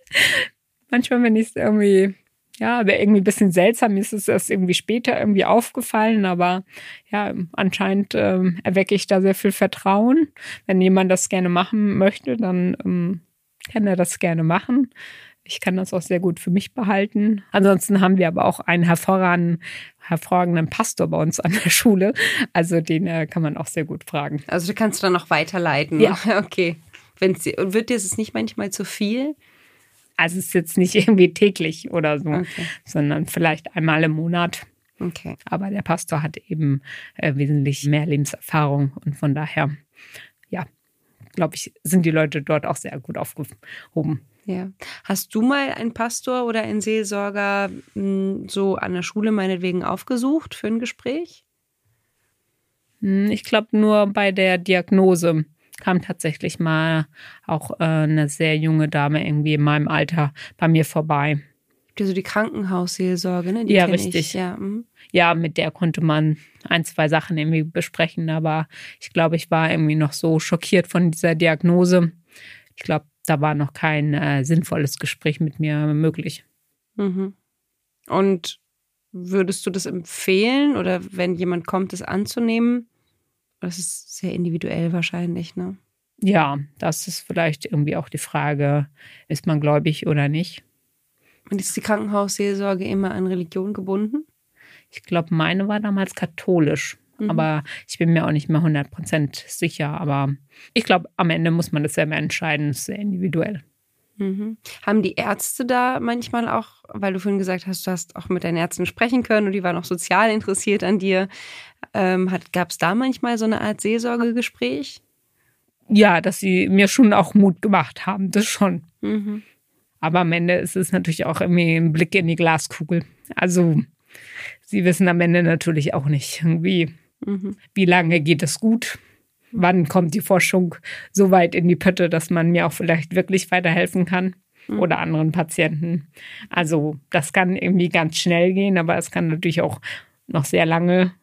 Manchmal, wenn ich es irgendwie, ja, aber irgendwie ein bisschen seltsam ist, ist es irgendwie später irgendwie aufgefallen, aber ja, anscheinend ähm, erwecke ich da sehr viel Vertrauen. Wenn jemand das gerne machen möchte, dann ähm, kann er das gerne machen. Ich kann das auch sehr gut für mich behalten. Ansonsten haben wir aber auch einen hervorragenden, hervorragenden Pastor bei uns an der Schule. Also den äh, kann man auch sehr gut fragen. Also du kannst dann auch weiterleiten. Ja. Okay. Wenn's, und wird dir es nicht manchmal zu viel? Also es ist jetzt nicht irgendwie täglich oder so, okay. sondern vielleicht einmal im Monat. Okay. Aber der Pastor hat eben äh, wesentlich mehr Lebenserfahrung und von daher, ja, glaube ich, sind die Leute dort auch sehr gut aufgehoben. Ja. Hast du mal einen Pastor oder einen Seelsorger mh, so an der Schule meinetwegen aufgesucht für ein Gespräch? Ich glaube nur bei der Diagnose kam tatsächlich mal auch äh, eine sehr junge Dame irgendwie in meinem Alter bei mir vorbei. Also die Krankenhausseelsorge, ne? Die ja, kenn richtig. Ich. Ja, mhm. ja, mit der konnte man ein, zwei Sachen irgendwie besprechen, aber ich glaube, ich war irgendwie noch so schockiert von dieser Diagnose. Ich glaube, da war noch kein äh, sinnvolles Gespräch mit mir möglich. Mhm. Und würdest du das empfehlen oder wenn jemand kommt, das anzunehmen? Das ist sehr individuell wahrscheinlich, ne? Ja, das ist vielleicht irgendwie auch die Frage, ist man gläubig oder nicht? Und ist die Krankenhausseelsorge immer an Religion gebunden? Ich glaube, meine war damals katholisch. Mhm. Aber ich bin mir auch nicht mehr hundert Prozent sicher. Aber ich glaube, am Ende muss man das selber entscheiden. Das ist sehr individuell. Mhm. Haben die Ärzte da manchmal auch, weil du vorhin gesagt hast, du hast auch mit deinen Ärzten sprechen können und die waren auch sozial interessiert an dir, ähm, gab es da manchmal so eine Art Seelsorgegespräch? Ja, dass sie mir schon auch Mut gemacht haben, das schon. Mhm. Aber am Ende ist es natürlich auch irgendwie ein Blick in die Glaskugel. Also sie wissen am Ende natürlich auch nicht, wie, mhm. wie lange geht es gut. Wann kommt die Forschung so weit in die Pötte, dass man mir auch vielleicht wirklich weiterhelfen kann oder anderen Patienten? Also das kann irgendwie ganz schnell gehen, aber es kann natürlich auch noch sehr lange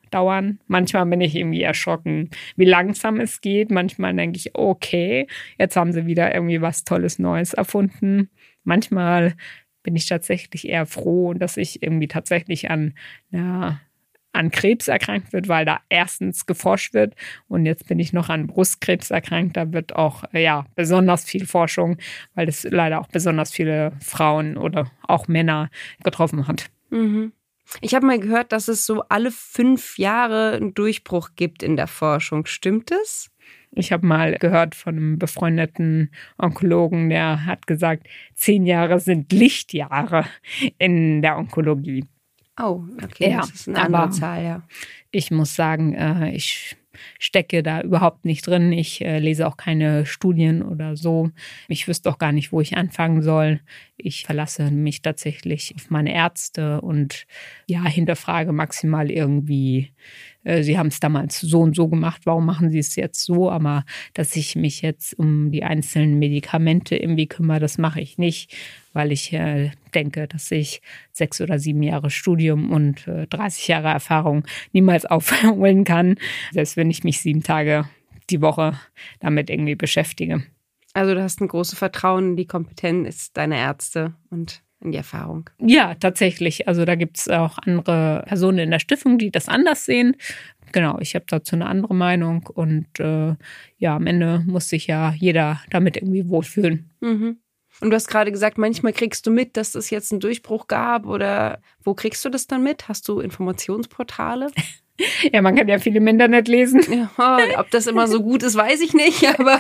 dauern. Manchmal bin ich irgendwie erschrocken, wie langsam es geht. Manchmal denke ich, okay, jetzt haben sie wieder irgendwie was Tolles Neues erfunden. Manchmal bin ich tatsächlich eher froh, dass ich irgendwie tatsächlich an, ja, an Krebs erkrankt wird, weil da erstens geforscht wird und jetzt bin ich noch an Brustkrebs erkrankt. Da wird auch ja besonders viel Forschung, weil es leider auch besonders viele Frauen oder auch Männer getroffen hat. Mhm. Ich habe mal gehört, dass es so alle fünf Jahre einen Durchbruch gibt in der Forschung. Stimmt es? Ich habe mal gehört von einem befreundeten Onkologen, der hat gesagt, zehn Jahre sind Lichtjahre in der Onkologie. Oh, okay, ja, das ist eine andere Zahl, ja. Ich muss sagen, äh, ich stecke da überhaupt nicht drin. Ich äh, lese auch keine Studien oder so. Ich wüsste auch gar nicht, wo ich anfangen soll. Ich verlasse mich tatsächlich auf meine Ärzte und ja, hinterfrage maximal irgendwie, äh, sie haben es damals so und so gemacht, warum machen sie es jetzt so? Aber dass ich mich jetzt um die einzelnen Medikamente irgendwie kümmere, das mache ich nicht, weil ich äh, denke, dass ich sechs oder sieben Jahre Studium und äh, dreißig Jahre Erfahrung niemals aufholen kann, selbst wenn ich mich sieben Tage die Woche damit irgendwie beschäftige. Also du hast ein großes Vertrauen in die Kompetenz deiner Ärzte und in die Erfahrung. Ja, tatsächlich. Also da gibt es auch andere Personen in der Stiftung, die das anders sehen. Genau, ich habe dazu eine andere Meinung und äh, ja, am Ende muss sich ja jeder damit irgendwie wohlfühlen. Mhm. Und du hast gerade gesagt, manchmal kriegst du mit, dass es jetzt einen Durchbruch gab oder wo kriegst du das dann mit? Hast du Informationsportale? Ja, man kann ja viel im Internet lesen. Ja, ob das immer so gut ist, weiß ich nicht, aber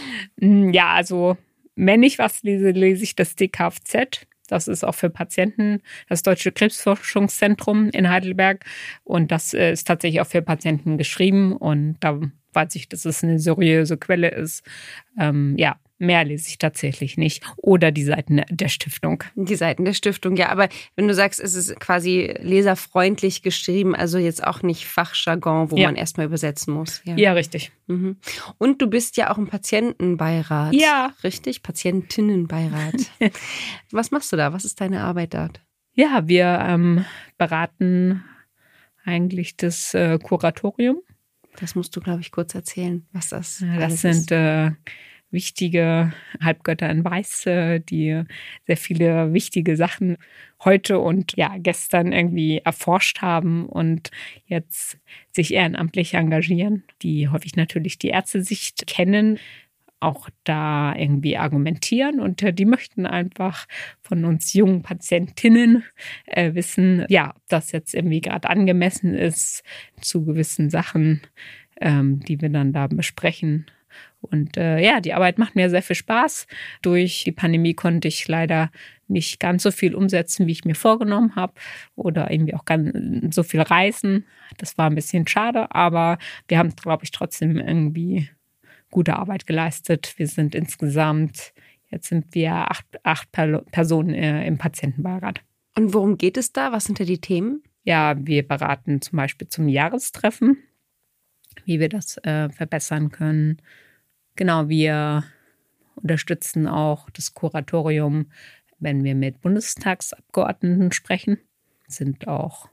ja, also wenn ich was lese, lese ich das D K F Z. Das ist auch für Patienten das Deutsche Krebsforschungszentrum in Heidelberg. Und das ist tatsächlich auch für Patienten geschrieben. Und da weiß ich, dass es eine seriöse Quelle ist. Ähm, ja, mehr lese ich tatsächlich nicht. Oder die Seiten der Stiftung. Die Seiten der Stiftung, ja. Aber wenn du sagst, es ist quasi leserfreundlich geschrieben, also jetzt auch nicht Fachjargon, wo ja. man erstmal übersetzen muss. Ja, ja richtig. Mhm. Und du bist ja auch im Patientenbeirat. Ja. Richtig? Patientinnenbeirat. Was machst du da? Was ist deine Arbeit dort? Ja, wir ähm, beraten eigentlich das äh, Kuratorium. Das musst du, glaube ich, kurz erzählen, was das ja, alles das ist. sind äh, wichtige Halbgötter in Weiß, die sehr viele wichtige Sachen heute und ja gestern irgendwie erforscht haben und jetzt sich ehrenamtlich engagieren, die häufig natürlich die Ärztesicht kennen, auch da irgendwie argumentieren und äh, die möchten einfach von uns jungen Patientinnen äh, wissen, ja, ob das jetzt irgendwie gerade angemessen ist zu gewissen Sachen, ähm, die wir dann da besprechen. Und äh, ja, die Arbeit macht mir sehr viel Spaß. Durch die Pandemie konnte ich leider nicht ganz so viel umsetzen, wie ich mir vorgenommen habe oder irgendwie auch ganz so viel reisen. Das war ein bisschen schade, aber wir haben, glaube ich, trotzdem irgendwie gute Arbeit geleistet. Wir sind insgesamt, jetzt sind wir acht, acht Personen äh, im Patientenbeirat. Und worum geht es da? Was sind da die Themen? Ja, wir beraten zum Beispiel zum Jahrestreffen, wie wir das äh, verbessern können. Genau, wir unterstützen auch das Kuratorium, wenn wir mit Bundestagsabgeordneten sprechen. Sind auch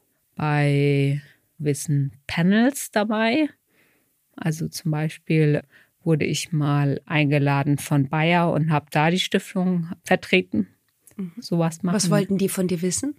bei gewissen Panels dabei. Also zum Beispiel wurde ich mal eingeladen von Bayer und habe da die Stiftung vertreten. Mhm. Sowas machen. Was wollten die von dir wissen?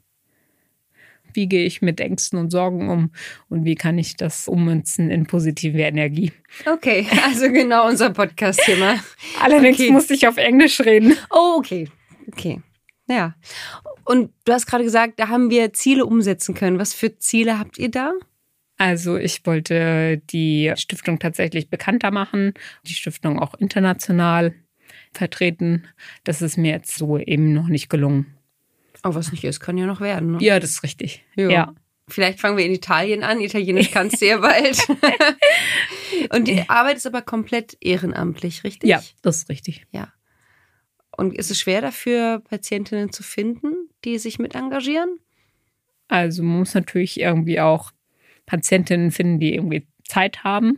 Wie gehe ich mit Ängsten und Sorgen um und wie kann ich das ummünzen in positive Energie? Okay, also genau unser Podcast-Thema. Allerdings okay. musste ich auf Englisch reden. Oh, okay. Okay. Ja. Und du hast gerade gesagt, da haben wir Ziele umsetzen können. Was für Ziele habt ihr da? Also ich wollte die Stiftung tatsächlich bekannter machen, die Stiftung auch international vertreten. Das ist mir jetzt so eben noch nicht gelungen. Oh, was nicht ist, kann ja noch werden. Ne? Ja, das ist richtig. Jo. Ja. Vielleicht fangen wir in Italien an. Italienisch kannst du ja bald. Und die Arbeit ist aber komplett ehrenamtlich, richtig? Ja, das ist richtig. Ja. Und ist es schwer dafür, Patientinnen zu finden, die sich mit engagieren? Also man muss natürlich irgendwie auch Patientinnen finden, die irgendwie Zeit haben.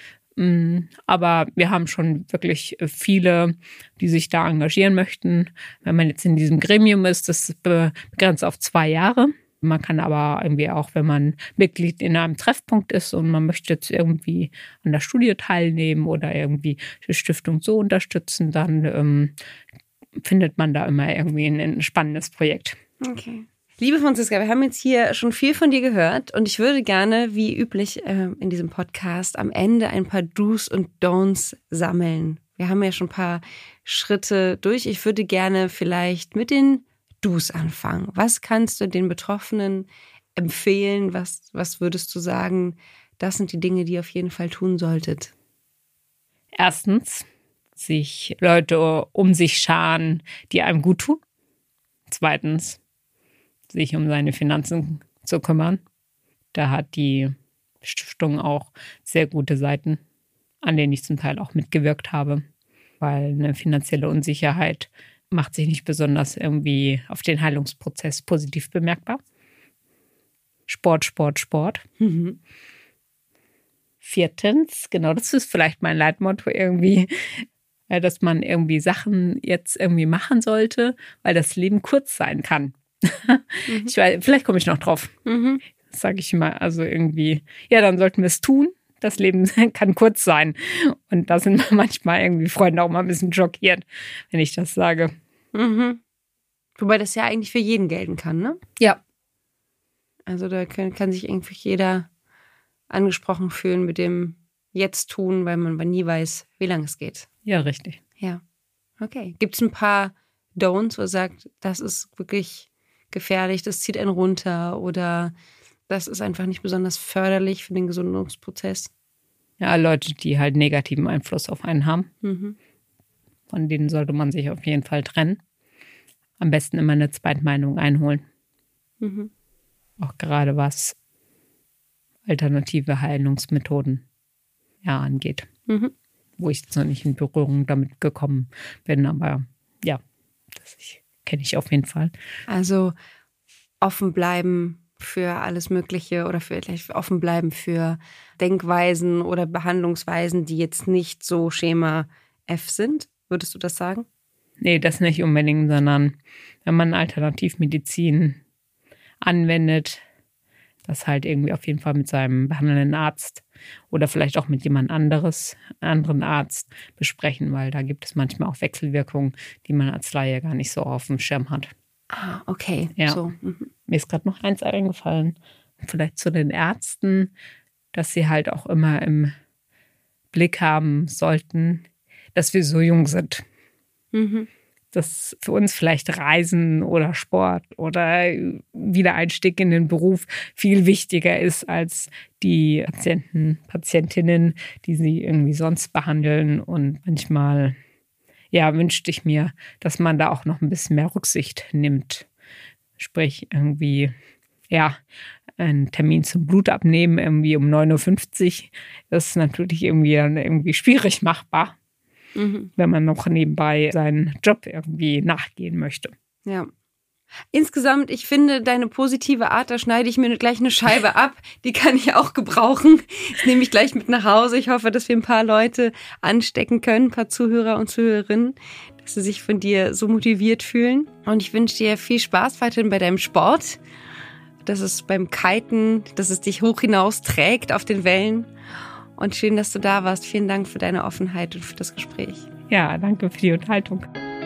Aber wir haben schon wirklich viele, die sich da engagieren möchten. Wenn man jetzt in diesem Gremium ist, das ist begrenzt auf zwei Jahre. Man kann aber irgendwie auch, wenn man Mitglied in einem Treffpunkt ist und man möchte jetzt irgendwie an der Studie teilnehmen oder irgendwie die Stiftung so unterstützen, dann ähm, findet man da immer irgendwie ein, ein spannendes Projekt. Okay. Liebe Franziska, wir haben jetzt hier schon viel von dir gehört und ich würde gerne, wie üblich äh, in diesem Podcast, am Ende ein paar Do's und Don'ts sammeln. Wir haben ja schon ein paar Schritte durch. Ich würde gerne vielleicht mit den Do's anfangen. Was kannst du den Betroffenen empfehlen? Was, was würdest du sagen, das sind die Dinge, die ihr auf jeden Fall tun solltet? Erstens, sich Leute um sich scharen, die einem gut tun. Zweitens, sich um seine Finanzen zu kümmern. Da hat die Stiftung auch sehr gute Seiten, an denen ich zum Teil auch mitgewirkt habe, weil eine finanzielle Unsicherheit macht sich nicht besonders irgendwie auf den Heilungsprozess positiv bemerkbar. Sport, Sport, Sport. Mhm. Viertens, genau, das ist vielleicht mein Leitmotto irgendwie, dass man irgendwie Sachen jetzt irgendwie machen sollte, weil das Leben kurz sein kann. Mhm. Ich weiß, vielleicht komme ich noch drauf. Mhm. Das sage ich immer. Also irgendwie, ja, dann sollten wir es tun. Das Leben kann kurz sein. Und da sind manchmal irgendwie Freunde auch mal ein bisschen schockiert, wenn ich das sage. Mhm. Wobei das ja eigentlich für jeden gelten kann, ne? Ja. Also da kann, kann sich irgendwie jeder angesprochen fühlen mit dem Jetzt tun, weil man nie weiß, wie lange es geht. Ja, richtig. Ja. Okay. Gibt es ein paar Don'ts, wo er sagt, das ist wirklich gefährlich, das zieht einen runter oder das ist einfach nicht besonders förderlich für den Gesundungsprozess? Ja, Leute, die halt negativen Einfluss auf einen haben. Mhm. Von denen sollte man sich auf jeden Fall trennen. Am besten immer eine Zweitmeinung einholen. Mhm. Auch gerade was alternative Heilungsmethoden ja, angeht. Mhm. Wo ich jetzt noch nicht in Berührung damit gekommen bin, aber ja, das kenne ich auf jeden Fall. Also offen bleiben für alles Mögliche oder vielleicht offen bleiben für Denkweisen oder Behandlungsweisen, die jetzt nicht so Schema F sind. Würdest du das sagen? Nee, das nicht unbedingt, sondern wenn man Alternativmedizin anwendet, das halt irgendwie auf jeden Fall mit seinem behandelnden Arzt oder vielleicht auch mit jemand anderes, anderen Arzt besprechen, weil da gibt es manchmal auch Wechselwirkungen, die man als Laie gar nicht so auf dem Schirm hat. Ah, okay. Ja. So. Mhm. Mir ist gerade noch eins eingefallen, vielleicht zu den Ärzten, dass sie halt auch immer im Blick haben sollten, dass wir so jung sind. Mhm. Dass für uns vielleicht Reisen oder Sport oder Wiedereinstieg in den Beruf viel wichtiger ist als die Patienten, Patientinnen, die sie irgendwie sonst behandeln. Und manchmal, ja, wünschte ich mir, dass man da auch noch ein bisschen mehr Rücksicht nimmt. Sprich, irgendwie, ja, einen Termin zum Blutabnehmen irgendwie um neun Uhr fünfzig. Das ist natürlich irgendwie dann irgendwie schwierig machbar. Mhm. Wenn man noch nebenbei seinen Job irgendwie nachgehen möchte. Ja. Insgesamt, ich finde, deine positive Art, da schneide ich mir gleich eine Scheibe ab. Die kann ich auch gebrauchen. Das nehme ich gleich mit nach Hause. Ich hoffe, dass wir ein paar Leute anstecken können, ein paar Zuhörer und Zuhörerinnen, dass sie sich von dir so motiviert fühlen. Und ich wünsche dir viel Spaß weiterhin bei deinem Sport, dass es beim Kiten, dass es dich hoch hinaus trägt auf den Wellen. Und schön, dass du da warst. Vielen Dank für deine Offenheit und für das Gespräch. Ja, danke für die Unterhaltung.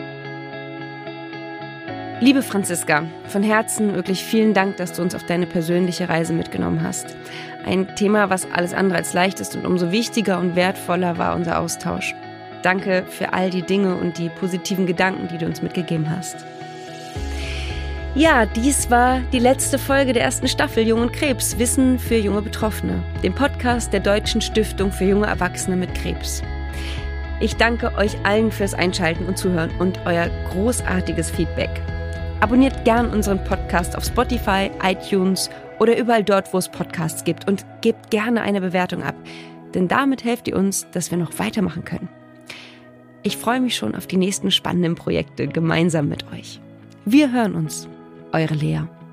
Liebe Franziska, von Herzen wirklich vielen Dank, dass du uns auf deine persönliche Reise mitgenommen hast. Ein Thema, was alles andere als leicht ist und umso wichtiger und wertvoller war unser Austausch. Danke für all die Dinge und die positiven Gedanken, die du uns mitgegeben hast. Ja, dies war die letzte Folge der ersten Staffel Jung und Krebs, Wissen für junge Betroffene, dem Podcast der Deutschen Stiftung für junge Erwachsene mit Krebs. Ich danke euch allen fürs Einschalten und Zuhören und euer großartiges Feedback. Abonniert gern unseren Podcast auf Spotify, iTunes oder überall dort, wo es Podcasts gibt und gebt gerne eine Bewertung ab, denn damit helft ihr uns, dass wir noch weitermachen können. Ich freue mich schon auf die nächsten spannenden Projekte gemeinsam mit euch. Wir hören uns. Eure Lea.